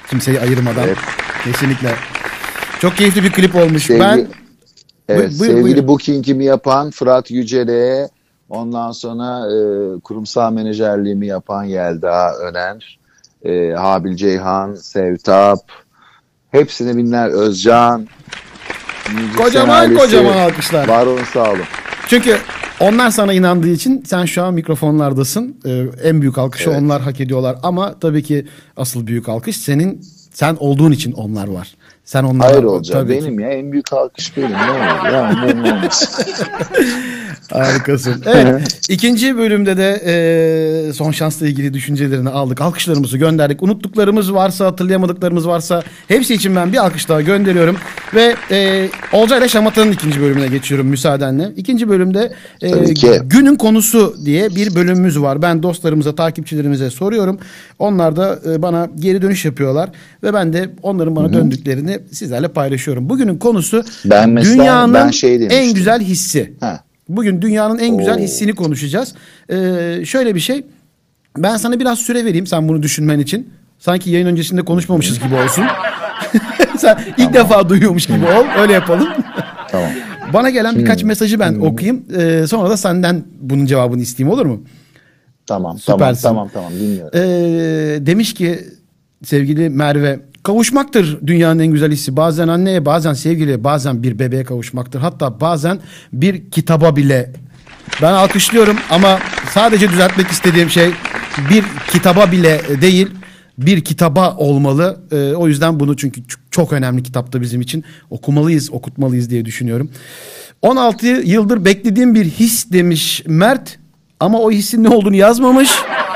Kimseyi ayırmadan. Evet. Kesinlikle. Çok keyifli bir klip olmuş. Sevgi- ben Evet, Bu- buyur, sevgili buyur. booking'imi yapan Fırat Yücel'e, ondan sonra e, kurumsal menajerliğimi yapan Yelda Öner, e, Habil Ceyhan, Sevtap, hepsine binler, Özcan, müzisyen Kocaman ailesi. kocaman alkışlar. Var olun, sağ olun. Çünkü onlar sana inandığı için sen şu an mikrofonlardasın. Ee, en büyük alkışı Evet. onlar hak ediyorlar. Ama tabii ki asıl büyük alkış senin, sen olduğun için onlar var. Sen onlar Hayır olacak. tabii ki. Benim ya, en büyük alkış benim. Ne olur ya, ne olmaz. Harikasın. Evet. ikinci bölümde de e, son şansla ilgili düşüncelerini aldık. Alkışlarımızı gönderdik. Unuttuklarımız varsa, hatırlayamadıklarımız varsa hepsi için ben bir alkış daha gönderiyorum. Ve e, Olcay ile Şamata'nın ikinci bölümüne geçiyorum müsaadenle. İkinci bölümde e, Tabii ki. günün konusu diye bir bölümümüz var. Ben dostlarımıza, takipçilerimize soruyorum. Onlar da e, bana geri dönüş yapıyorlar. Ve ben de onların bana döndüklerini sizlerle paylaşıyorum. Bugünün konusu Ben mesela- dünyanın ben şey en demiştim. güzel hissi. Ha. Bugün dünyanın en güzel Oo. hissini konuşacağız. Ee, şöyle bir şey. Ben sana biraz süre vereyim sen bunu düşünmen için. Sanki yayın öncesinde konuşmamışız gibi olsun. Sen ilk defa duyuyormuş gibi ol. Öyle yapalım. Tamam. Bana gelen birkaç mesajı ben okuyayım. Ee, sonra da senden bunun cevabını isteyeyim, olur mu? Tamam, Süpersin. tamam, tamam, tamam, dinliyorum. Ee, demiş ki sevgili Merve, kavuşmaktır dünyanın en güzel hissi. Bazen anneye, bazen sevgiliye, bazen bir bebeğe kavuşmaktır. Hatta bazen bir kitaba bile. Ben alkışlıyorum ama sadece düzeltmek istediğim şey bir kitaba bile değil, bir kitaba olmalı. Ee, o yüzden bunu, çünkü ç- çok önemli kitapta bizim için, okumalıyız, okutmalıyız diye düşünüyorum. on altı yıldır beklediğim bir his demiş Mert, ama o hissin ne olduğunu yazmamış.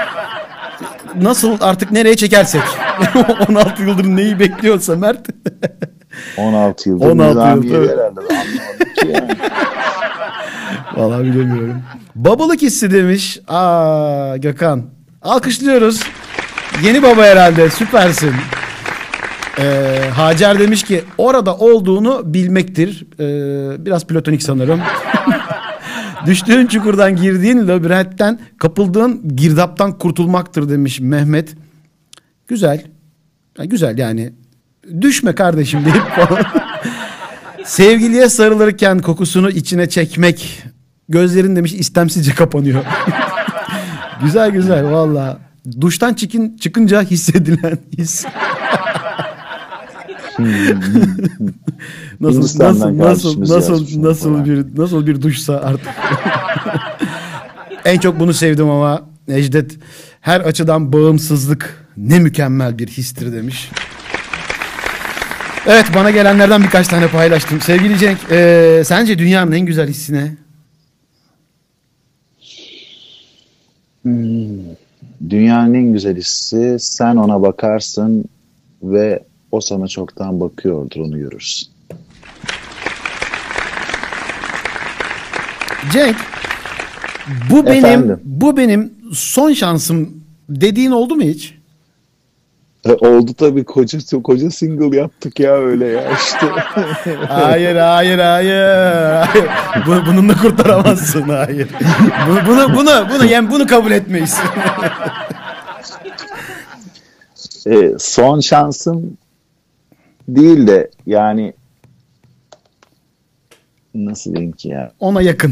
Nasıl artık nereye çekersek. on altı yıldır neyi bekliyorsa Mert. on altı yıldır on altı Nizamiye'de yıl, evet. herhalde. Ben anlamadım ki yani. Vallahi bilemiyorum. Babalık hissi demiş. Aa Gökhan. Alkışlıyoruz. Yeni baba herhalde. Süpersin. Ee, Hacer demiş ki orada olduğunu bilmektir. Ee, biraz platonik sanırım. Düştüğün çukurdan, girdiğin labirentten, kapıldığın girdaptan kurtulmaktır demiş Mehmet. Güzel. Ya güzel yani. Düşme kardeşim deyip falan. Sevgiliye sarılırken kokusunu içine çekmek. Gözlerin demiş istemsizce kapanıyor. Güzel güzel valla. Duştan çıkın, çıkınca hissedilen his. nasıl Hindistan'dan nasıl nasıl kardeşimiz nasıl yazmış onu nasıl falan. bir nasıl bir duşsa artık. En çok bunu sevdim ama Necdet, her açıdan bağımsızlık ne mükemmel bir histir demiş. Evet, bana gelenlerden birkaç tane paylaştım. Sevgili Cenk, e, sence dünyanın en güzel hissi ne? Dünyanın en güzel hissi, sen ona bakarsın ve o sana çoktan bakıyordur, onu görürsün. Cenk, bu benim Efendim? bu benim son şansım dediğin oldu mu hiç? E, oldu tabii, koca koca single yaptık ya, öyle ya işte. Hayır, hayır, hayır. hayır. Bu, bununla kurtaramazsın, hayır. Bunu bunu bunu bunu yani bunu kabul etmeyiz. E, son şansım değil de yani, nasıl diyeyim ki ya. Ona yakın.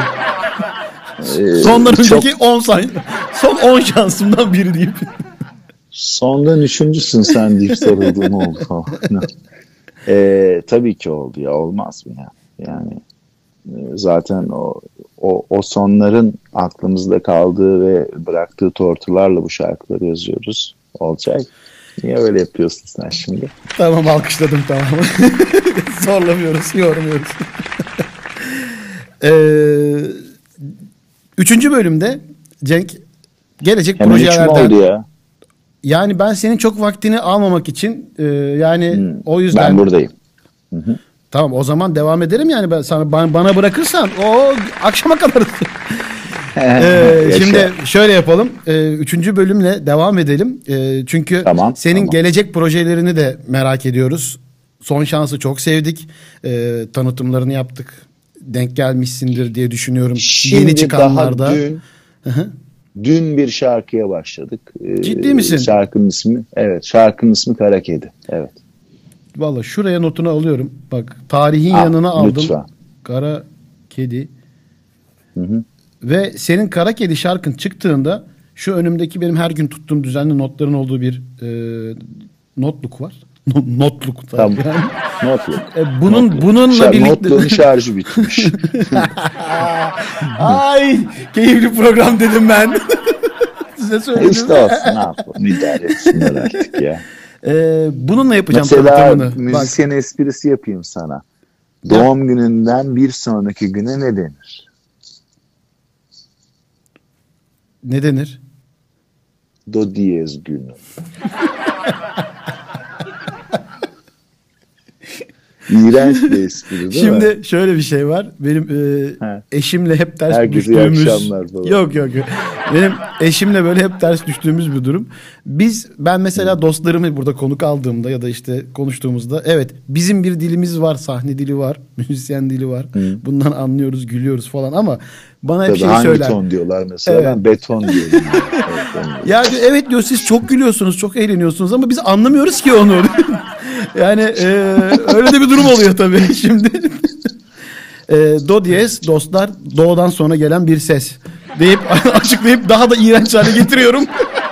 E, Sondan çok- önceki on saniye. Son on şansımdan biri deyip. Sondan üçüncüsün sen deyip sarıldığım oldu falan. Ee, tabii ki oldu ya, olmaz mı ya? Yani e, zaten o, o o sonların aklımızda kaldığı ve bıraktığı tortularla bu şarkıları yazıyoruz. Olacak. Niye öyle yapıyorsun sen şimdi? Tamam, alkışladım, tamam. Zorlamıyoruz, yormuyoruz. ee, üçüncü bölümde Cenk, gelecek Hemen üç mü projelerden. oldu ya? Yani ben senin çok vaktini almamak için e, yani Hmm, o yüzden. Ben buradayım. Tamam, o zaman devam ederim yani, ben sana bana, bana bırakırsan o akşama kadar. Ee, Yaşa. şimdi şöyle yapalım. Ee, üçüncü bölümle devam edelim. Ee, çünkü Tamam, senin tamam. gelecek projelerini de merak ediyoruz. Son şansı çok sevdik. Ee, tanıtımlarını yaptık. Denk gelmişsindir diye düşünüyorum. Şimdi Yeni çıkanlarda. daha dün, Hı hı. Dün bir şarkıya başladık. Ee, Ciddi misin? Şarkının ismi, evet, şarkının ismi Kara Kedi. Evet. Valla şuraya notunu alıyorum. Bak tarihin Al, yanına aldım. lütfen. Kara Kedi. Hı hı. Ve senin Kara Kedi şarkın çıktığında şu önümdeki benim her gün tuttuğum düzenli notların olduğu bir e, notluk var. Notluk tabii. Tamam. Yani. Notluk. E, bunun Notluk. bununla Şar- birlikte Notluğun şarjı bitmiş. Ay keyifli program dedim ben. Size söyledim. İşte olsun, ne yapalım, idare etsinler artık ya. E, bununla yapacağım Mesela tanıtımını. müzisyen Bak, esprisi yapayım sana. Doğum gününden bir sonraki güne ne denir? ne denir? Do diyez günü. İğrenç bir espri değil mi? Şimdi şöyle bir şey var. Benim e, He. eşimle hep ters Herkese iyi düştüğümüz. akşamlar falan. Yok yok yok. Benim eşimle böyle hep ters düştüğümüz bir durum. Biz ben mesela dostlarımı burada konuk aldığımda ya da işte konuştuğumuzda evet bizim bir dilimiz var, sahne dili var, müzisyen dili var. Bundan anlıyoruz, gülüyoruz falan ama bana hep Tabii, şey hangi söyler. ton diyorlar mesela? Evet. Ben beton diyorum. Yani. Evet, onu- Ya diyor, evet diyor siz çok gülüyorsunuz, çok eğleniyorsunuz ama biz anlamıyoruz ki onu. Yani e, öyle de bir durum oluyor tabii şimdi. e, do diyez dostlar doğudan sonra gelen bir ses deyip açıklayıp daha da iğrenç hale getiriyorum.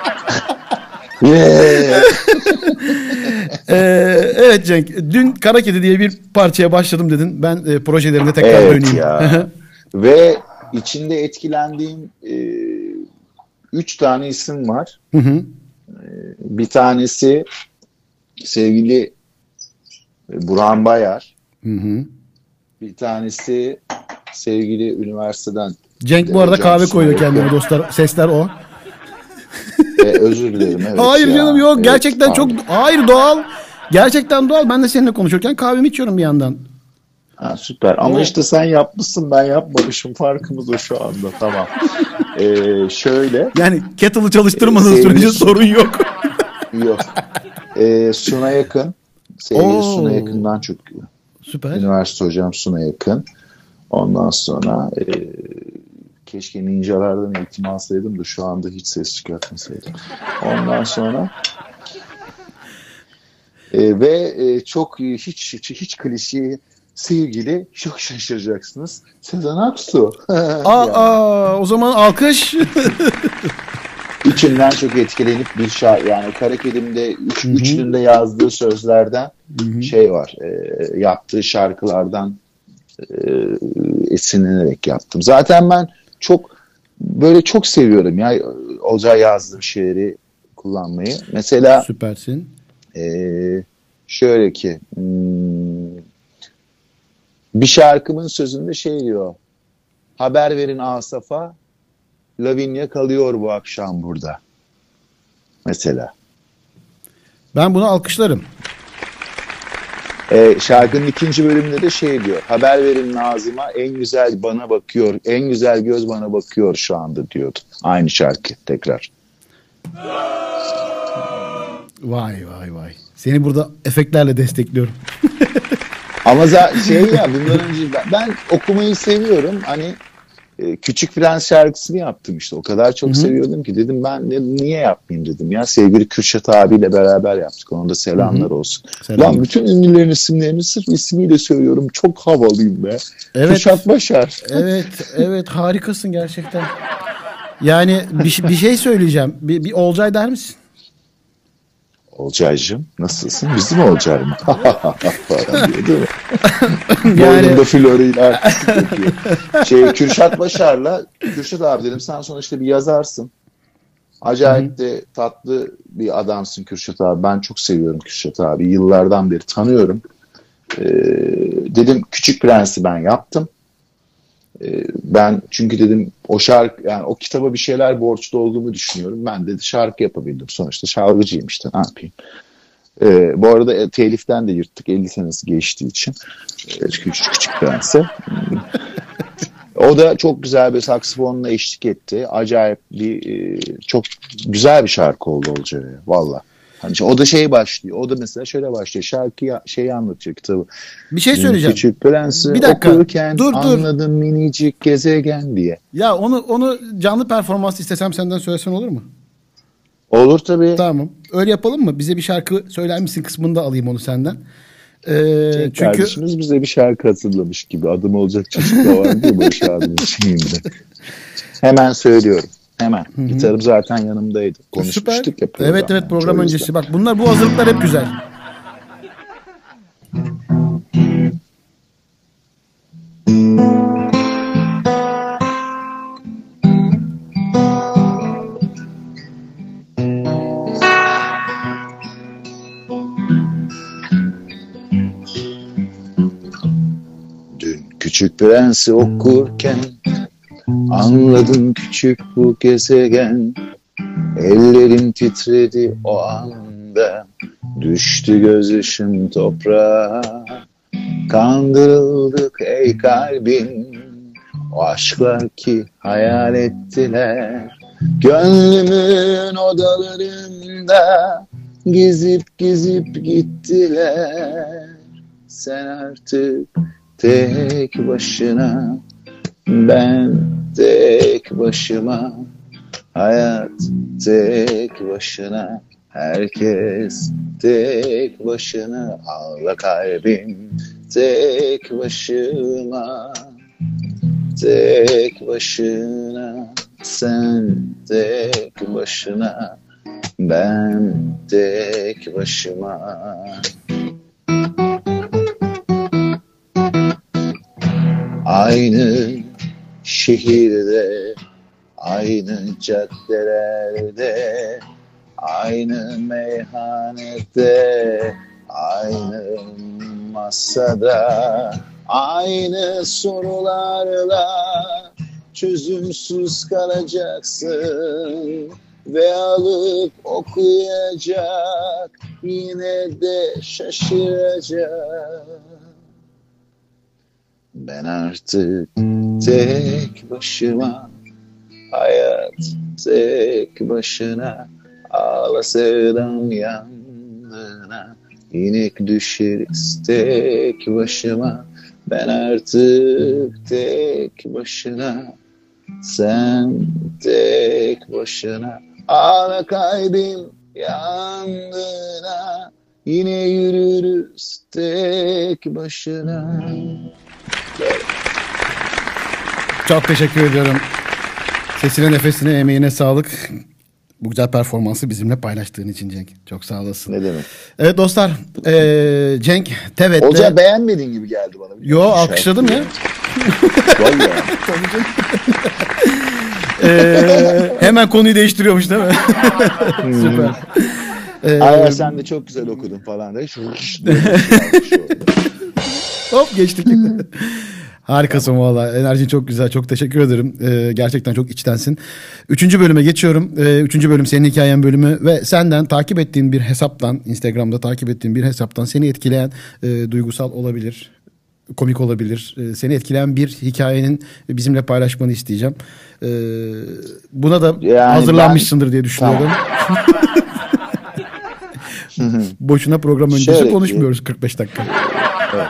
Yeah. e, evet Cenk, dün Kara Kedi diye bir parçaya başladım dedin. Ben e, projelerine tekrar Evet döneyim. ya. Ve içinde etkilendiğim e, üç tane isim var. Hı hı. Bir tanesi sevgili Burhan Bayar. Hı hı. Bir tanesi sevgili üniversiteden. Cenk bu arada Hocam, kahve koyuyor Sunay kendine Yakın. dostlar. Sesler o. E, özür dilerim. Evet Hayır ya. canım yok Evet, gerçekten pardon. çok hayır doğal. Gerçekten doğal. Ben de seninle konuşurken kahvemi içiyorum bir yandan. Ha, süper. Ama Evet. işte sen yapmışsın, ben yapmamışım. Farkımız o şu anda. Tamam. Ee, şöyle. Yani kettle'ı çalıştırmadığın Sevgili sürece Sun- sorun yok. Yok. Ee, Suna Yakın. Sevgili Oo. Suna Yakın'dan çok. Süper. Üniversite hocam Suna Yakın. Ondan sonra e, keşke ninjalardan eğitim alsaydım da şu anda hiç ses çıkartmasaydım. Ondan sonra e, ve e, çok hiç hiç, hiç klişe sevgili, çok şaşıracaksınız, Sezen Aksu. Aa, aa, o zaman alkış. İçimden çok etkilenip bir şarkı, yani Kara Kedi'mde üç, üçlünde yazdığı sözlerden şey var, e, yaptığı şarkılardan e, esinlenerek yaptım. Zaten ben çok böyle çok seviyorum ya Olcay yazdığım şiiri kullanmayı. Mesela Süpersin. e, şöyle ki hmm, bir şarkımın sözünde şey diyor: haber verin Asaf'a, Lavinia kalıyor bu akşam burada. Mesela. Ben bunu alkışlarım. Ee, şarkının ikinci bölümünde de şey diyor: haber verin Nazım'a, en güzel bana bakıyor, en güzel göz bana bakıyor şu anda diyordu. Aynı şarkı tekrar. Vay vay vay. Seni burada efektlerle destekliyorum. Ama za- şey ya bundan önce ben, ben okumayı seviyorum. Hani e, Küçük Prens şarkısını yaptım işte. O kadar çok Hı-hı. seviyordum ki dedim ben ne, niye yapmayayım dedim ya. Sevgili Kürşat abiyle beraber yaptık. Ona da selamlar Hı-hı. olsun. Selam. Lan bütün ünlülerin isimlerini sırf ismiyle söylüyorum. Çok havalıyım be. Evet. Kürşat Başar. Evet, evet harikasın gerçekten. Yani bir, bir şey söyleyeceğim. Bir, bir Olcay der misin? Olcaycığım nasılsın? Bizim Olcay mı? Falan diyor, değil mi? Yani- Boynunda floriyle artistik yapıyor. Şey, Kürşat Başar'la Kürşat abi dedim sen sonuçta bir yazarsın. Acayip de tatlı bir adamsın Kürşat abi. Ben çok seviyorum Kürşat abi. Yıllardan beri tanıyorum. Ee, dedim Küçük Prens'i ben yaptım. Ee, ben çünkü dedim o şarkı, yani o kitaba bir şeyler borçlu olduğumu düşünüyorum. Ben de şarkı yapabildim. Sonuçta şarkıcıyım işte, ne yapayım. Ee, bu arada e, teliften de yırttık elli senesi geçtiği için. Ee, küçük küçük Prens'e. O da çok güzel bir saksafonla eşlik etti. Acayip bir e, çok güzel bir şarkı oldu Olcay'a. Valla. Hani o da şey başlıyor. O da mesela şöyle başlıyor. Şarkıyı şeyi anlatıyor kitabı. Bir şey söyleyeceğim. Küçük Prens'i Bir dakika. okurken Dur, dur. anladım minicik gezegen diye. Ya onu onu canlı performans istesem senden söylesen olur mu? Olur tabii. Tamam. Öyle yapalım mı? Bize bir şarkı söyler misin kısmında alayım onu senden. Ee, Cenk çünkü kardeşimiz bize bir şarkı hatırlamış gibi. Adım olacak çocuk da var diye Barış abinin şeyinde. Hemen söylüyorum. Hemen. Hı-hı. Gitarım zaten yanımdaydı. Konuşmuştuk ya program. Evet evet program öncesi. Bak bunlar bu hazırlıklar hep güzel. Dün Küçük Prens'i okurken anladım küçük bu gezegen. Ellerim titredi o anda, düştü gözyaşım toprağa. Kandırıldık ey kalbim, o aşklar ki hayal ettiler. Gönlümün odalarında gezip gezip gittiler. Sen artık tek başına, ben tek başıma. Hayat tek başına, herkes tek başına. Ağla kalbim tek başıma, tek başına. Sen tek başına, ben tek başıma. Aynı şehirde, aynı caddelerde, aynı meyhanede, aynı masada, aynı sorularla çözümsüz kalacaksın ve alıp okuyacak, yine de şaşıracak. Ben artık tek başıma, hayat tek başına. Ağla sevdam yanına, inek düşeriz tek başıma. Ben artık tek başına, sen tek başına. Ağla kalbim yandığına, yine yürürüz tek başına. Çok teşekkür ediyorum. Sesine, nefesine, emeğine sağlık. Bu güzel performansı bizimle paylaştığın için Cenk. Çok sağ olasın. Ne demek? Evet dostlar. Ee, Cenk Tevet'le... Olcay beğenmedin gibi geldi bana. Yo alkışladım ya. Vallahi. ee, hemen konuyu değiştiriyormuş değil mi? Süper. Ee, Ay sen de çok güzel okudun falan da. Hop geçtik. Harikasın valla. Enerjin çok güzel. Çok teşekkür ederim. Ee, gerçekten çok içtensin. Üçüncü bölüme geçiyorum. Ee, üçüncü bölüm senin hikayen bölümü ve senden takip ettiğin bir hesaptan, Instagram'da takip ettiğin bir hesaptan seni etkileyen e, duygusal olabilir, komik olabilir. E, seni etkileyen bir hikayenin bizimle paylaşmanı isteyeceğim. E, buna da yani hazırlanmışsındır ben... diye düşünüyorum. Tamam. Boşuna program öncesi Şöyle konuşmuyoruz ki... kırk beş dakika. Evet.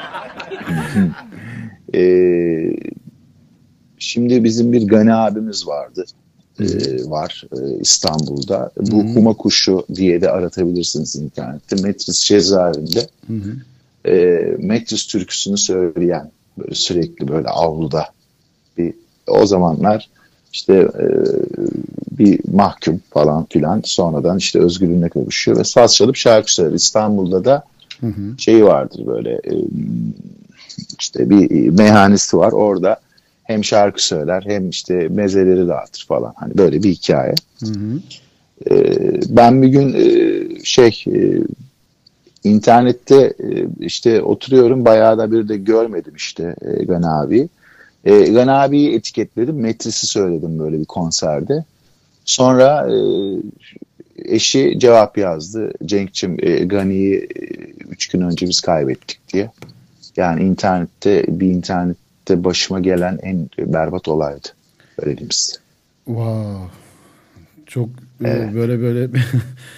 Ee, şimdi bizim bir Gani abimiz vardı. Ee, var e, İstanbul'da. Bu hmm. Huma Kuşu diye de aratabilirsiniz internette. Metris cezaevinde. Hmm. E, Metris türküsünü söyleyen, böyle sürekli böyle avluda bir, o zamanlar işte e, bir mahkum falan filan, sonradan işte özgürlüğüne kavuşuyor ve saz çalıp şarkı söyler. İstanbul'da da hmm. şeyi vardır böyle e, işte bir meyhanesi var, orada hem şarkı söyler hem işte mezeleri dağıtır falan, hani böyle bir hikaye. Hı hı. Ee, ben bir gün e, şey e, internette e, işte oturuyorum, bayağı da bir de görmedim işte e, Gani abi. E, Gani abiyi etiketledim, Metris'i söyledim böyle bir konserde. Sonra e, eşi cevap yazdı, Cenk'cim e, Gani'yi e, üç gün önce biz kaybettik diye. Yani internette, bir internette başıma gelen en berbat olaydı. Öyle diyeyim size. Wow. Çok evet. böyle böyle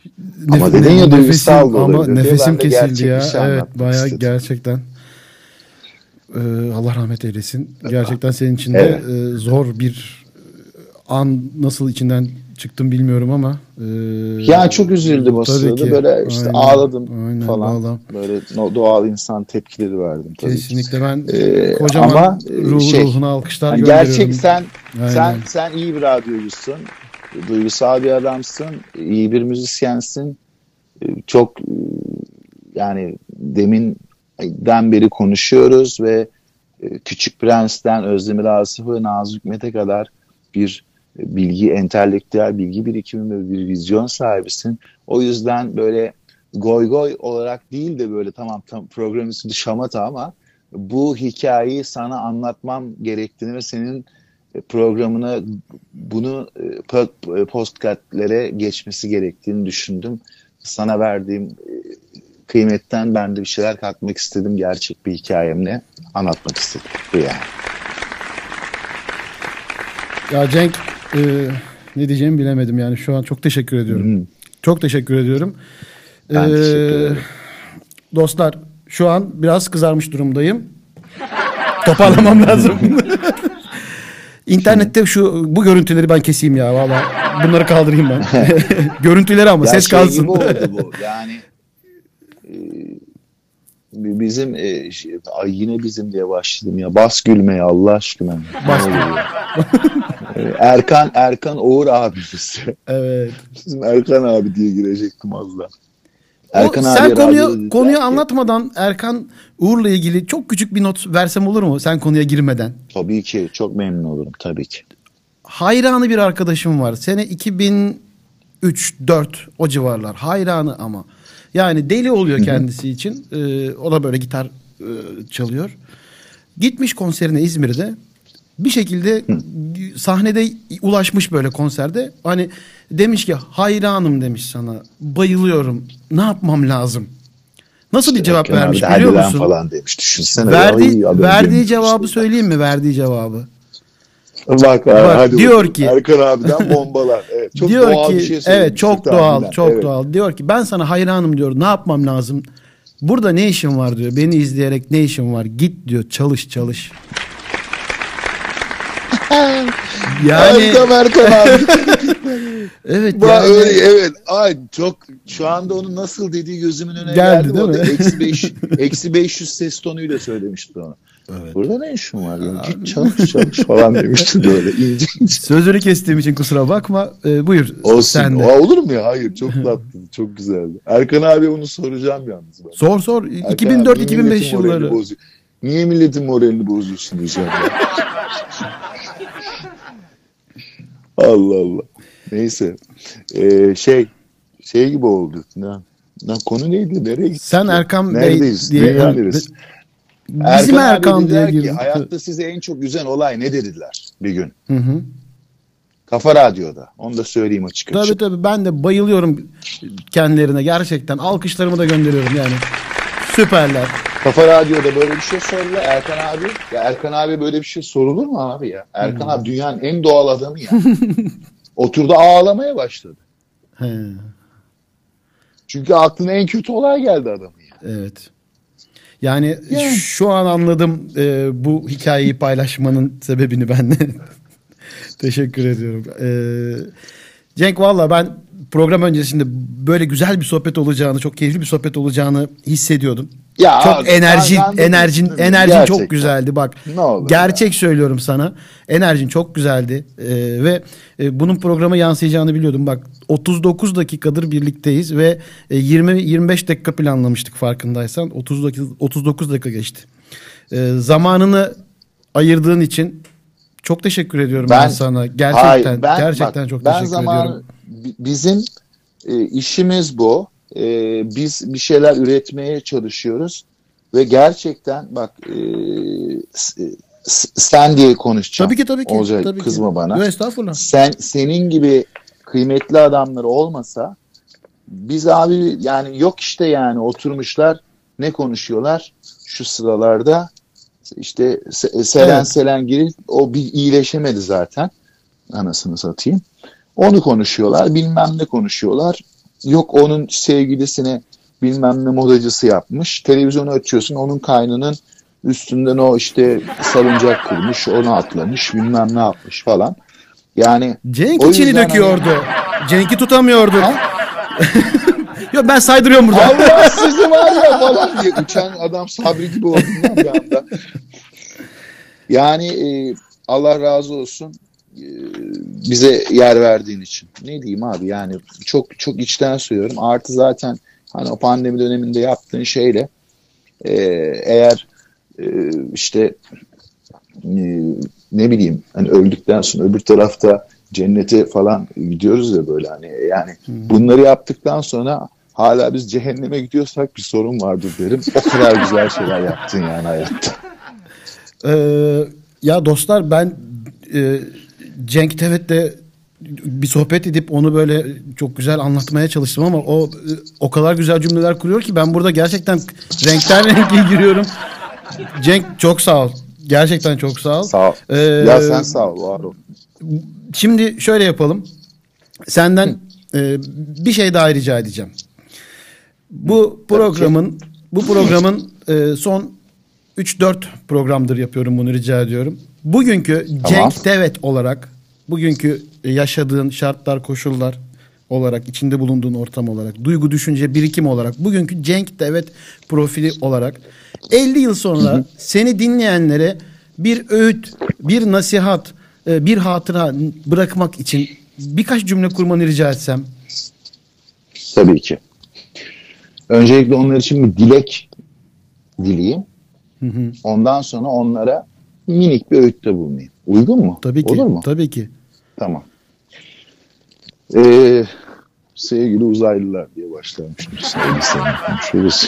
Ama dedin ya duygusal da ama olabilir diye, nefesim ben de kesildi gerçek ya. bir şey Evet, anlatmak bayağı istedim. gerçekten. Ee, Allah rahmet eylesin. Gerçekten senin için de Evet. e, zor bir an, nasıl içinden çıktım bilmiyorum ama. E, Ya çok üzüldüm o tabii sırada. ki. Böyle işte Aynen, ağladım aynen, falan. vallahi. Böyle no- doğal insan tepkileri verdim tabii ki. Kesinlikle ben Ee, kocaman ama, ruh, şey, ruhuna alkışlar Yani gönderiyorum. gerçek sen Aynen. sen sen iyi bir radyocusun. Duygusal bir adamsın. İyi bir müzisyensin. Ee, Çok e, yani deminden beri konuşuyoruz ve e, Küçük Prens'ten Özdemir Asif ve Nazım Hikmet'e kadar bir e, bilgi, entelektüel bilgi birikimi ve bir vizyon sahibisin. O yüzden böyle goy goy olarak değil de böyle tamam tam program ismi şamata ama bu hikayeyi sana anlatmam gerektiğini ve senin e, programına bunu e, po- e, podcastlere geçmesi gerektiğini düşündüm. Sana verdiğim e, kıymetten ben de bir şeyler katmak istedim. Gerçek bir hikayemle anlatmak istedim. Bu yani. Ya Cenk, e, ne diyeceğimi bilemedim yani şu an. Çok teşekkür ediyorum. Hı. Çok teşekkür ediyorum. Ben Ee, teşekkür ederim. Dostlar, şu an biraz kızarmış durumdayım. Toparlamam lazım. İnternette şu bu görüntüleri ben keseyim ya valla. Bunları kaldırayım ben. Görüntüleri ama Ya ses şey kalsın. gibi oldu bu. Yani e, bizim e, şey, ay yine bizim diye başladım ya. Bas gülmeye Allah aşkına. Bas Ne oluyor ya? E, Erkan Erkan Oğur abimiz. Evet. Bizim Erkan abi diye girecektim az daha. O, Erkan sen abiye radyoda konuyu dediler konuyu ki- anlatmadan Erkan Uğur'la ilgili çok küçük bir not versem olur mu? Sen konuya girmeden. Tabii ki çok memnun olurum tabii ki. Hayranı bir arkadaşım var. Sene iki bin üç dört o civarlar. Hayranı ama. Yani deli oluyor kendisi için. Ee, o da böyle gitar e, çalıyor. Gitmiş konserine İzmir'de. Bir şekilde sahnede ulaşmış böyle konserde. Hani demiş ki hayranım demiş sana. Bayılıyorum. Ne yapmam lazım? Nasıl bir cevap Erkan vermiş abi de biliyor hadi lan musun? falan demiş. Düşünsene. Verdiği, Ay, adam verdiği demiş cevabı işte. söyleyeyim mi? Verdiği cevabı. Bak, Bak, hadi diyor bakalım. ki- Erkan abiden bombalar. Evet, çok diyor doğal ki bir şey söylemiştir evet çok doğal, tahminen. çok Evet. doğal. Diyor ki ben sana hayranım diyor. Ne yapmam lazım? Burada ne işin var diyor. Beni izleyerek ne işin var? Git diyor. Çalış çalış. Yani Erkan Erkan abi. evet Bu yani, öyle evet. Ay çok şu anda onun nasıl dediği gözümün önüne Geldi, geldi. değil O da mi? eksi beş eksi beş yüz ses tonuyla söylemişti onu. Burada ne işin var? Yani? Git çalış çalış falan demişti böyle ince ince. sözünü kestiğim için kusura bakma. Ee, buyur. Olsun. Sen de. O, olur mu ya? Hayır çok tatlıydı. Çok güzeldi. Erkan abi onu soracağım yalnız ben. Sor sor. Erkan iki bin dört abi, iki bin beş niye milletin moralini yılları. bozuyor- Niye milletin moralini bozuyorsun diyeceğim. ya. Allah Allah. Neyse. Ee, şey şey gibi oldu. Ne, ne konu neydi? Nereye gittik? Sen ya? Erkan Bey Neredeyiz? diye- Dünya neresi? Bizim Erkan, abi diye dediler ki girdi. hayatta sizi en çok üzen olay ne dediler bir gün. Hı hı. Kafa Radyo'da. Onu da söyleyeyim açık açık. Tabii tabii ben de bayılıyorum kendilerine gerçekten. Alkışlarımı da gönderiyorum yani. Süperler. Kafa Radyo'da böyle bir şey sordular Erkan abi. Ya Erkan abi böyle bir şey sorulur mu abi ya? Erkan abi dünyanın en doğal adamı ya. Oturdu ağlamaya başladı. He, Çünkü aklına en kötü olay geldi adamın ya. evet. Yani Yani. şu an anladım e, bu hikayeyi paylaşmanın sebebini ben de. Teşekkür ediyorum. E, Cenk valla ben program öncesinde böyle güzel bir sohbet olacağını, çok keyifli bir sohbet olacağını hissediyordum. Ya çok abi, enerjin, ben- ben de enerjin, düşündüm. enerjin Gerçekten. çok güzeldi. Bak, Ne olur gerçek söylüyorum sana. Enerjin çok güzeldi E, ve e, bunun programa yansıyacağını biliyordum. Bak, otuz dokuz dakikadır birlikteyiz ve e, yirmi yirmi beş dakika planlamıştık farkındaysan. otuz dokuz otuz dokuz dakika geçti. E, zamanını ayırdığın için çok teşekkür ediyorum ben, Ben- sana. Gerçekten Hayır, ben- gerçekten bak, çok ben teşekkür zamanı- ediyorum. bi- Bizim e, işimiz bu. E, biz bir şeyler üretmeye çalışıyoruz ve gerçekten bak e, s- s- sen diye konuşacağım. Tabii ki tabii ki. Olacak, tabii ki. kızma bana. Yo, estağfurullah. Sen senin gibi kıymetli adamlar olmasa biz abi yani yok işte yani oturmuşlar ne konuşuyorlar şu sıralarda işte Se- Selen Evet. Selen girip o bir iyileşemedi zaten anasını satayım. Onu konuşuyorlar bilmem ne konuşuyorlar. yok onun sevgilisini bilmem ne modacısı yapmış. Televizyonu açıyorsun, onun kaynının üstünden o işte salıncak kurmuş, onu atlamış, bilmem ne yapmış falan. Yani Cenk o içini yüzden döküyordu. hani- Cenk'i tutamıyordu. Ha? Yok ben saydırıyorum burada. Allah sizi var ya falan diye uçan adam Sabri gibi oldum lan bir anda. Yani e, Allah razı olsun e, bize yer verdiğin için. Ne diyeyim abi, yani çok çok içten söylüyorum. Artı zaten hani o pandemi döneminde yaptığın şeyle e, eğer e, işte e, ne bileyim hani öldükten sonra öbür tarafta cennete falan gidiyoruz ya böyle hani, yani hmm. bunları yaptıktan sonra hala biz cehenneme gidiyorsak bir sorun vardır derim. O kadar güzel şeyler yaptın yani hayatta. Ee, ya dostlar ben e, Cenk Tevet'le bir sohbet edip onu böyle çok güzel anlatmaya çalıştım ama o o kadar güzel cümleler kuruyor ki ben burada gerçekten renkten renkli giriyorum. Cenk çok sağ ol. Gerçekten çok sağ ol. Sağ ol. Ee, ya sen sağ ol. Var ol. Şimdi şöyle yapalım. Senden e, bir şey daha rica edeceğim. Bu programın bu programın e, son üç dört programdır yapıyorum bunu, rica ediyorum. Bugünkü tamam. Cenk Tevet olarak, bugünkü yaşadığın şartlar, koşullar olarak, içinde bulunduğun ortam olarak, duygu, düşünce, birikim olarak, bugünkü Cenk Tevet profili olarak elli yıl sonra hı hı. seni dinleyenlere bir öğüt, bir nasihat, bir hatıra bırakmak için birkaç cümle kurmanı rica etsem. Tabii ki. Öncelikle onlar için bir dilek dileyim. Hı hı. Ondan sonra onlara minik bir öğütte bulunayım. Uygun mu? Tabii ki. Olur mu? Tabii ki. Tamam. Ee, sevgili uzaylılar diye başlamıştım. Sevgili konuşuyoruz.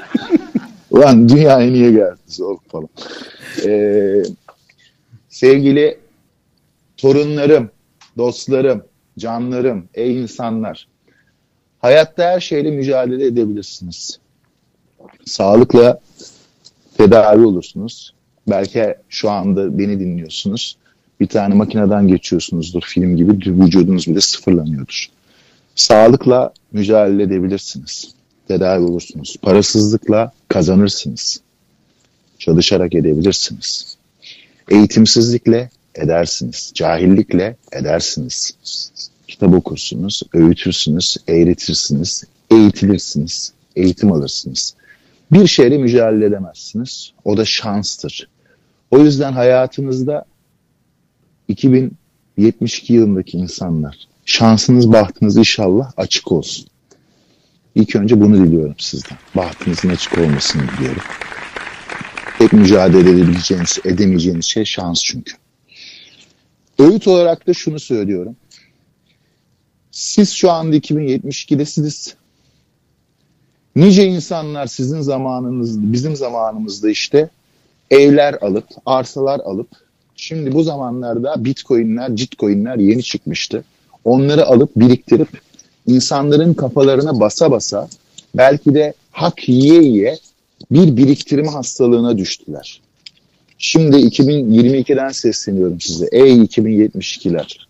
Ulan dünyaya niye geldiniz oğlum falan. Ee, sevgili torunlarım, dostlarım, canlarım, ey insanlar. Hayatta her şeyle mücadele edebilirsiniz. Sağlıkla tedavi olursunuz. Belki şu anda beni dinliyorsunuz. Bir tane makineden geçiyorsunuzdur film gibi. Vücudunuz bile sıfırlanıyordur. Sağlıkla mücadele edebilirsiniz. Tedavi olursunuz. Parasızlıkla kazanırsınız. Çalışarak edebilirsiniz. Eğitimsizlikle edersiniz. Cahillikle edersiniz. Kitap okursunuz, öğütürsünüz, eğretirsiniz, eğitilirsiniz, eğitim alırsınız. Bir şeyle mücadele edemezsiniz. O da şanstır. O yüzden hayatınızda iki bin yetmiş iki yılındaki insanlar, şansınız, bahtınız inşallah açık olsun. İlk önce bunu diliyorum sizden. Bahtınızın açık olmasını diliyorum. Tek mücadele edebileceğiniz, edemeyeceğiniz şey şans çünkü. Öğüt olarak da şunu söylüyorum. Siz şu anda iki bin yetmiş ikidesiniz. Nice insanlar sizin zamanınızda, bizim zamanımızda işte evler alıp, arsalar alıp, şimdi bu zamanlarda bitcoinler, citcoinler yeni çıkmıştı. Onları alıp biriktirip insanların kafalarına basa basa, belki de hak yiye yiye bir biriktirme hastalığına düştüler. Şimdi iki bin yirmi ikiden sesleniyorum size. Ey iki bin yetmiş ikiler.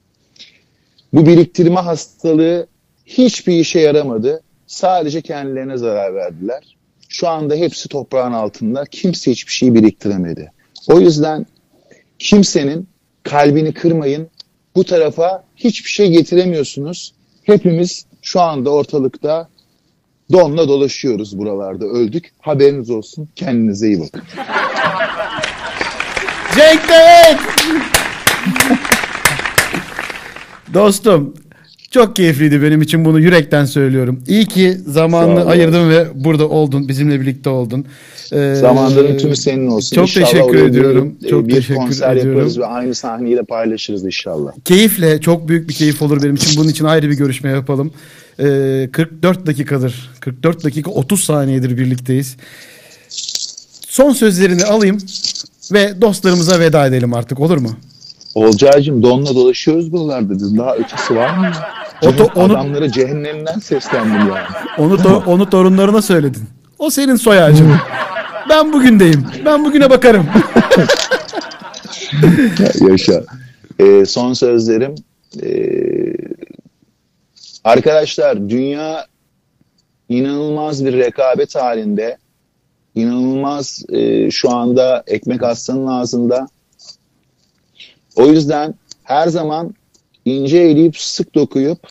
Bu biriktirme hastalığı hiçbir işe yaramadı. Sadece kendilerine zarar verdiler. Şu anda hepsi toprağın altında. Kimse hiçbir şey biriktiremedi. O yüzden kimsenin kalbini kırmayın. Bu tarafa hiçbir şey getiremiyorsunuz. Hepimiz şu anda ortalıkta donla dolaşıyoruz buralarda. Öldük. Haberiniz olsun. Kendinize iyi bakın. Cenk Tevet! Dostum, çok keyifliydi benim için, bunu yürekten söylüyorum. İyi ki zamanını ayırdın ve burada oldun, bizimle birlikte oldun. Ee, Zamanların tümü senin olsun. Çok İnşallah teşekkür ediyorum. Bir, çok bir teşekkür konser ediyorum. yaparız ve aynı sahneyi de paylaşırız inşallah. Keyifle, çok büyük bir keyif olur benim için. Bunun için ayrı bir görüşme yapalım. Ee, kırk dört dakikadır, kırk dört dakika otuz saniyedir birlikteyiz. Son sözlerini alayım ve dostlarımıza veda edelim artık, olur mu? Olcaycığım, donla dolaşıyoruz buralarda. Biz daha ötesi var mı? O to, onu, adamlara cehennemden seslendim yani. Onu, to, onu torunlarına söyledin. O senin soy ağacın. Ben bugündeyim. Ben bugüne bakarım. Yaşa. Ee, son sözlerim. Ee, Arkadaşlar, dünya inanılmaz bir rekabet halinde. İnanılmaz e, şu anda ekmek aslanın ağzında. O yüzden her zaman ince eleyip sık dokuyup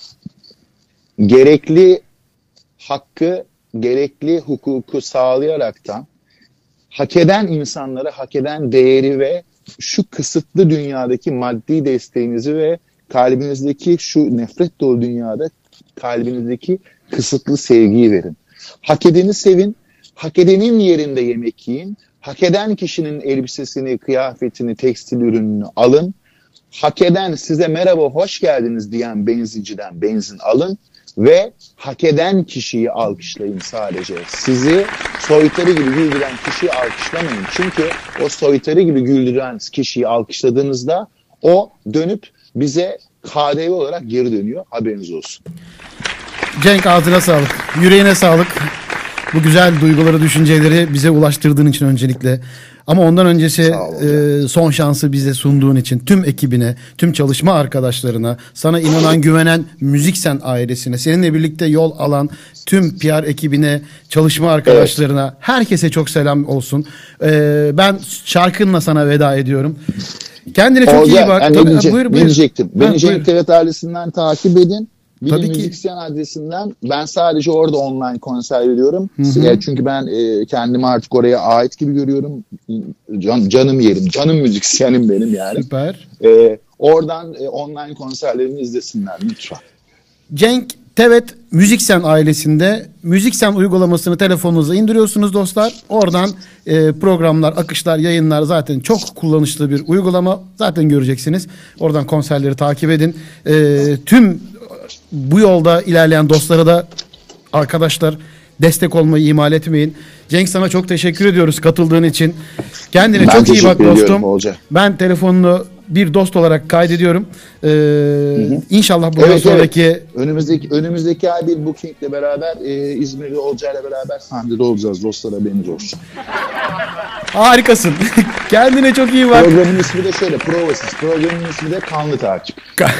gerekli hakkı, gerekli hukuku sağlayaraktan hak eden insanlara hak eden değeri ve şu kısıtlı dünyadaki maddi desteğinizi ve kalbinizdeki şu nefret dolu dünyada kalbinizdeki kısıtlı sevgiyi verin. Hak edeni sevin, hak edenin yerinde yemek yiyin, hak eden kişinin elbisesini, kıyafetini, tekstil ürününü alın. Hak eden size merhaba hoş geldiniz diyen benzinciden benzin alın ve hak eden kişiyi alkışlayın sadece. Sizi soytarı gibi güldüren kişiyi alkışlamayın. Çünkü o soytarı gibi güldüren kişiyi alkışladığınızda o dönüp bize K D V olarak geri dönüyor. Haberiniz olsun. Cenk, ağzına sağlık. Yüreğine sağlık. Bu güzel duyguları, düşünceleri bize ulaştırdığın için öncelikle. Ama ondan öncesi e, son şansı bize sunduğun için tüm ekibine, tüm çalışma arkadaşlarına, sana inanan, güvenen Müziksen ailesine, seninle birlikte yol alan tüm P R ekibine, çalışma arkadaşlarına, evet. herkese çok selam olsun. E, ben şarkınla sana veda ediyorum. Kendine çok Olca, iyi bak. Yani Tabii, diyecek, buyur, buyur. diyecektim. Beni Ha, Cenk Tevet ailesinden takip edin. Bir Tabii de ki. Müziksen adresinden. Ben sadece orada online konser veriyorum. Hı hı. Çünkü ben e, kendimi artık oraya ait gibi görüyorum. Can, canım yerim. Canım müzisyenim benim yani. Süper. E, oradan e, online konserlerimi izlesinler lütfen. Cenk Tevet Müziksen ailesinde Müziksen uygulamasını telefonunuza indiriyorsunuz dostlar. Oradan e, programlar, akışlar, yayınlar zaten çok kullanışlı bir uygulama. Zaten göreceksiniz. Oradan konserleri takip edin. E, tüm bu yolda ilerleyen dostlara da arkadaşlar destek olmayı ihmal etmeyin. Cenk, sana çok teşekkür ediyoruz katıldığın için. Kendine Ben çok iyi bak teşekkür ediyorum dostum. Olca. Ben telefonunu bir dost olarak kaydediyorum. Ee, İnşallah bundan Evet, sonraki evet. önümüzdeki önümüzdeki ay bir bookingle beraber e, İzmir'de Olcay'la beraber sahnede olacağız. Dostlar, haberiniz olsun. harikasın. Kendine çok iyi bak. Programın ismi de şöyle, provasız. Programın ismi de Kanlı Takip.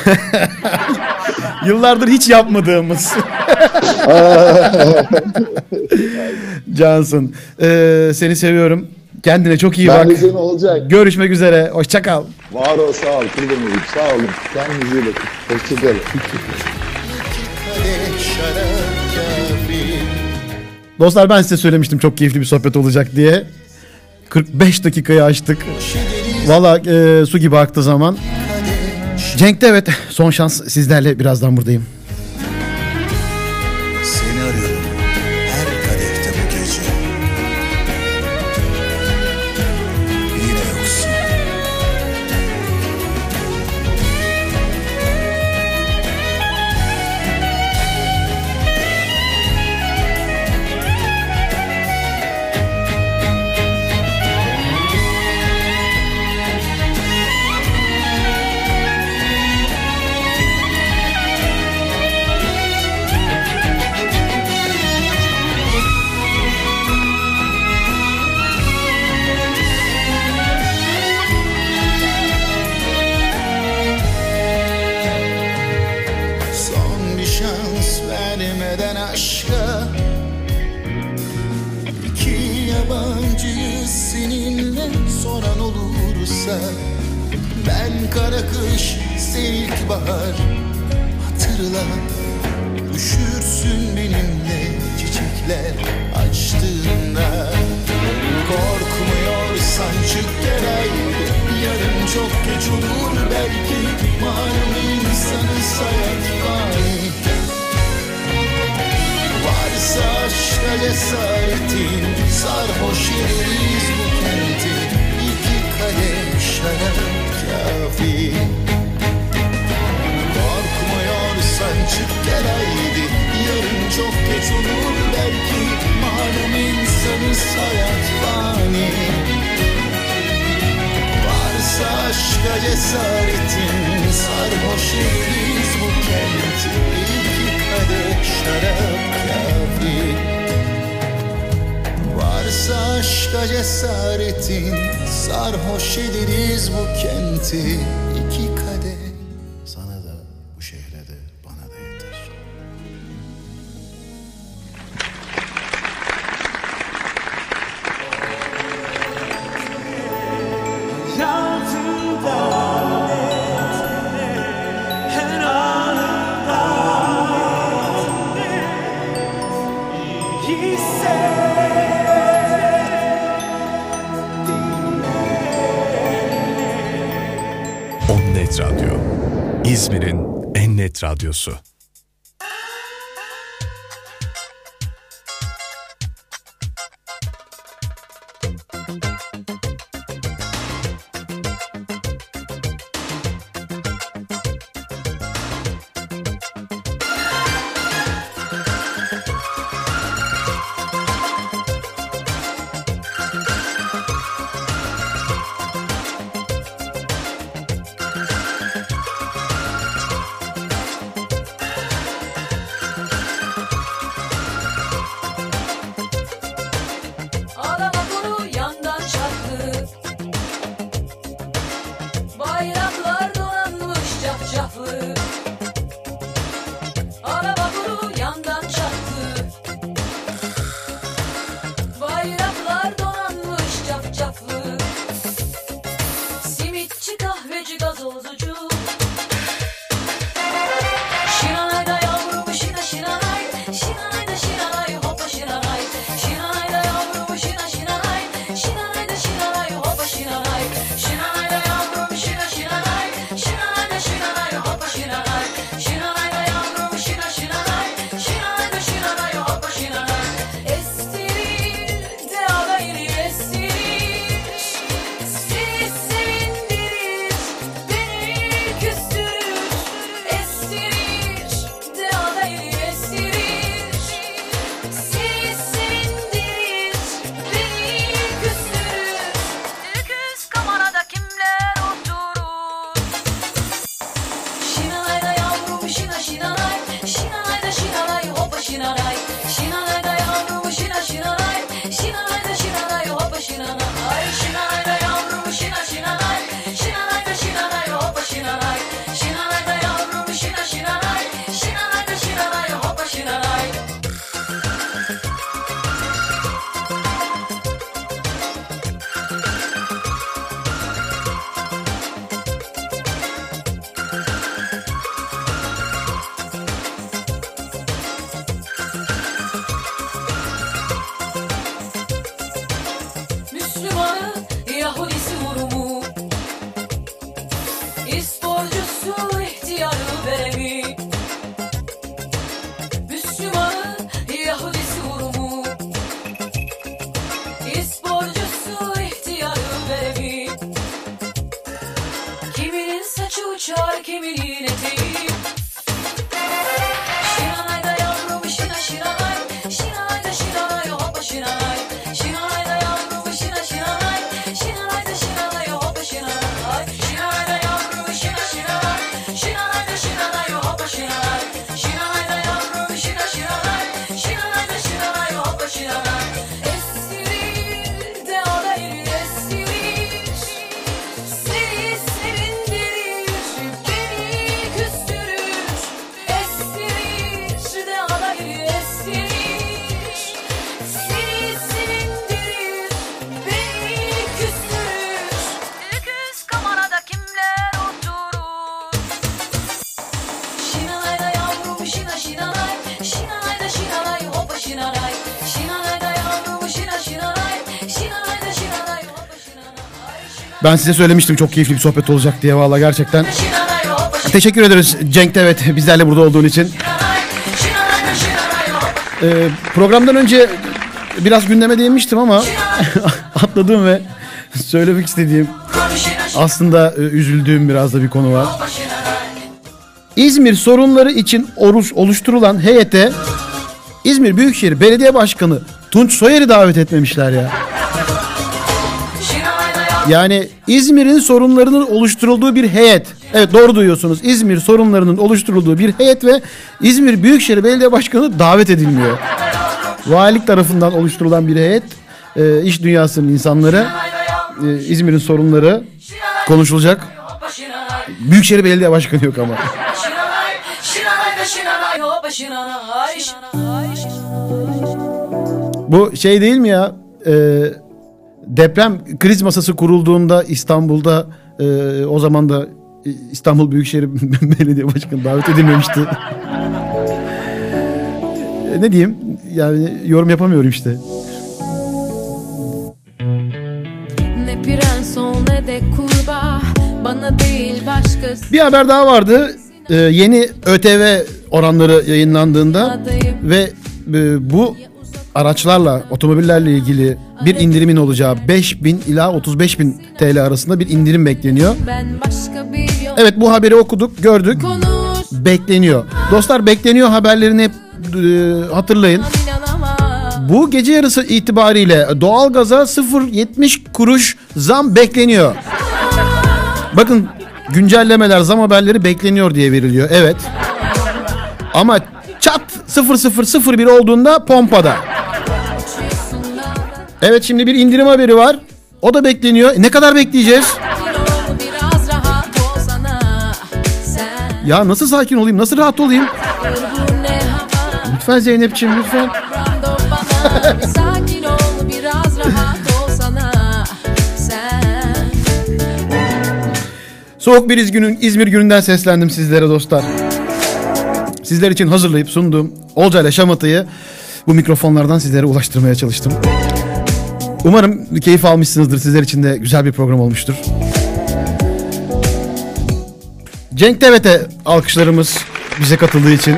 Yıllardır hiç yapmadığımız. Cansın. Ee, seni seviyorum. Kendine çok iyi Ben bak. de seni olacak. Görüşmek üzere. Hoşça kal. Var ol, sağ ol. Kurban olayım. Sağ olun. Kendinize iyi bakın. Hoşçakalın. Dostlar, ben size söylemiştim çok keyifli bir sohbet olacak diye. kırk beş dakikayı açtık. Valla e, su gibi aktı zaman. Cenk de evet, son şans sizlerle, birazdan buradayım. Seni arıyorum her kadehte bu gece. Yine yoksun. Son bir şans vermeden aşka, İki yabancıyı seninle soran olursa, ben kara kış, sen ilkbahar. Hatırla, üşürsün benimle çiçekler açtığında. Korkmuyorsan çık gel haydi, yarın çok geç olur belki. Malum insanız, hayat fani. Varsa aşka cesaretin, sarhoş ederiz bu kenti. İki kadeh şarap kafi. Korkmuyorsan çık gel haydi, yarın çok geç olur belki. Malum insanız, hayat fani. Varsa aşka cesaretin, sarhoş ederiz bu kenti. İki kadeh şarap kafi. Varsa aşka cesaretin, sarhoş ederiz bu kenti. İki kadeh. Sana da, bu şehre de, bana da yeter. İzmir'in en net radyosu. Ben size söylemiştim çok keyifli bir sohbet olacak diye, vallahi gerçekten. Teşekkür ederiz Cenk, evet bizlerle burada olduğun için. Ee, programdan önce biraz gündeme değinmiştim ama atladığım ve söylemek istediğim, aslında üzüldüğüm biraz da bir konu var. İzmir sorunları için oruç oluşturulan heyete İzmir Büyükşehir Belediye Başkanı Tunç Soyer'i davet etmemişler ya. Yani İzmir'in sorunlarının oluşturulduğu bir heyet. Evet, doğru duyuyorsunuz. İzmir sorunlarının oluşturulduğu bir heyet ve İzmir Büyükşehir Belediye Başkanı davet edilmiyor. Valilik tarafından oluşturulan bir heyet. E, iş dünyasının insanları, e, İzmir'in sorunları konuşulacak. Büyükşehir Belediye Başkanı yok ama. Bu şey değil mi ya? Eee Deprem kriz masası kurulduğunda İstanbul'da e, o zaman da İstanbul Büyükşehir Belediye Başkanı davet edilmemişti. e, ne diyeyim? Yani yorum yapamıyorum işte. Ne prens ol ne de kurbağa, bana değil başka Bir haber daha vardı. Ee, yeni ÖTV oranları yayınlandığında ve e, bu araçlarla, otomobillerle ilgili bir indirimin olacağı beş bin ila otuz beş bin T L arasında bir indirim bekleniyor. Evet, bu haberi okuduk, gördük. Bekleniyor. Dostlar, bekleniyor haberlerini hep e, hatırlayın. Bu gece yarısı itibariyle doğalgaza sıfır virgül yetmiş kuruş zam bekleniyor. Bakın, güncellemeler, zam haberleri bekleniyor diye veriliyor. Evet. Ama çat sıfır virgül sıfır sıfır bir olduğunda pompada. Evet, şimdi bir indirim haberi var. O da bekleniyor. Ne kadar bekleyeceğiz? Ya nasıl sakin olayım? Nasıl rahat olayım? Lütfen Zeynep'ciğim, lütfen. Soğuk bir İzmir'in İzmir gününden seslendim sizlere dostlar. Sizler için hazırlayıp sunduğum Olcay'la Şamata'yı bu mikrofonlardan sizlere ulaştırmaya çalıştım. Umarım keyif almışsınızdır. Sizler için de güzel bir program olmuştur. Cenk Devet'e alkışlarımız bize katıldığı için.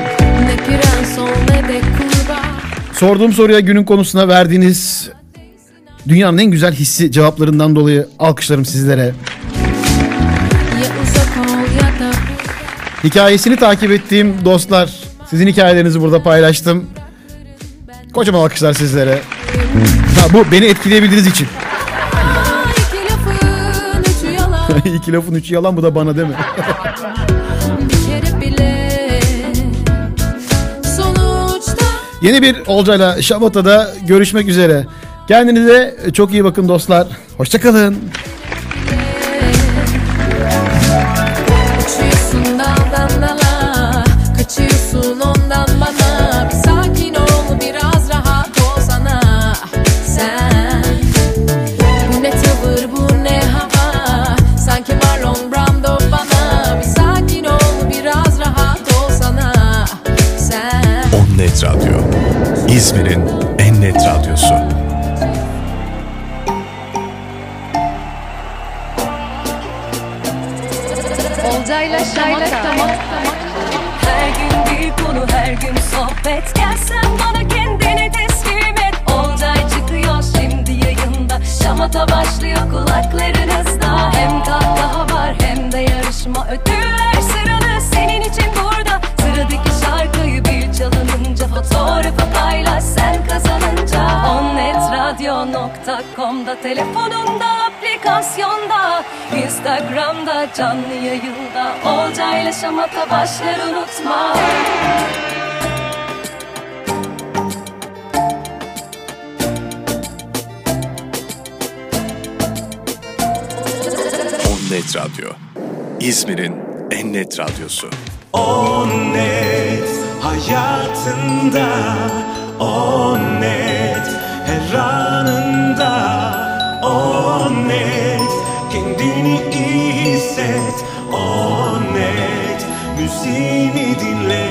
Sorduğum soruya, günün konusuna verdiğiniz dünyanın en güzel hissi cevaplarından dolayı alkışlarım sizlere. Hikayesini takip ettiğim dostlar, sizin hikayelerinizi burada paylaştım. Kocaman alkışlar sizlere. Ha, bu beni etkileyebildiğiniz için. İki lafın üçü yalan, bu da bana değil mi? Yeni bir Olcay'la Şamata'da görüşmek üzere. Kendinize çok iyi bakın dostlar. Hoşçakalın. Uçuyorsun daldan dala, kaçıyorsun ondan bana. Bir sakin ol, biraz rahat olsana sen. Bu ne tavır, bu ne hava, sanki Marlon Brando bana. Bir sakin ol, biraz rahat olsana sen. On Net Radyo, İzmir'in en net radyosu. Olcayla Şamata. Her gün bir konu, her gün sohbet. Gel sen bana kendini teslim et. Olcay çıkıyor şimdi yayında. Şamata başlıyor kulaklarınızda. Hem kahkaha var hem de yarışma, ödüller sıralı senin için burada. Sıradaki şarkıyı bir çalınınca, fotoğrafı paylaş sen kazanınca. onnetradio nokta com'da, telefonunda, aplikasyonda, Instagram'da, canlı yayında. Olcayla Şamata başlar, unutma. On Net Radyo, İzmir'in en net radyosu. On Net hayatında, On Net her anında, On Net kendini iyi hisset, On Net müziğini dinle.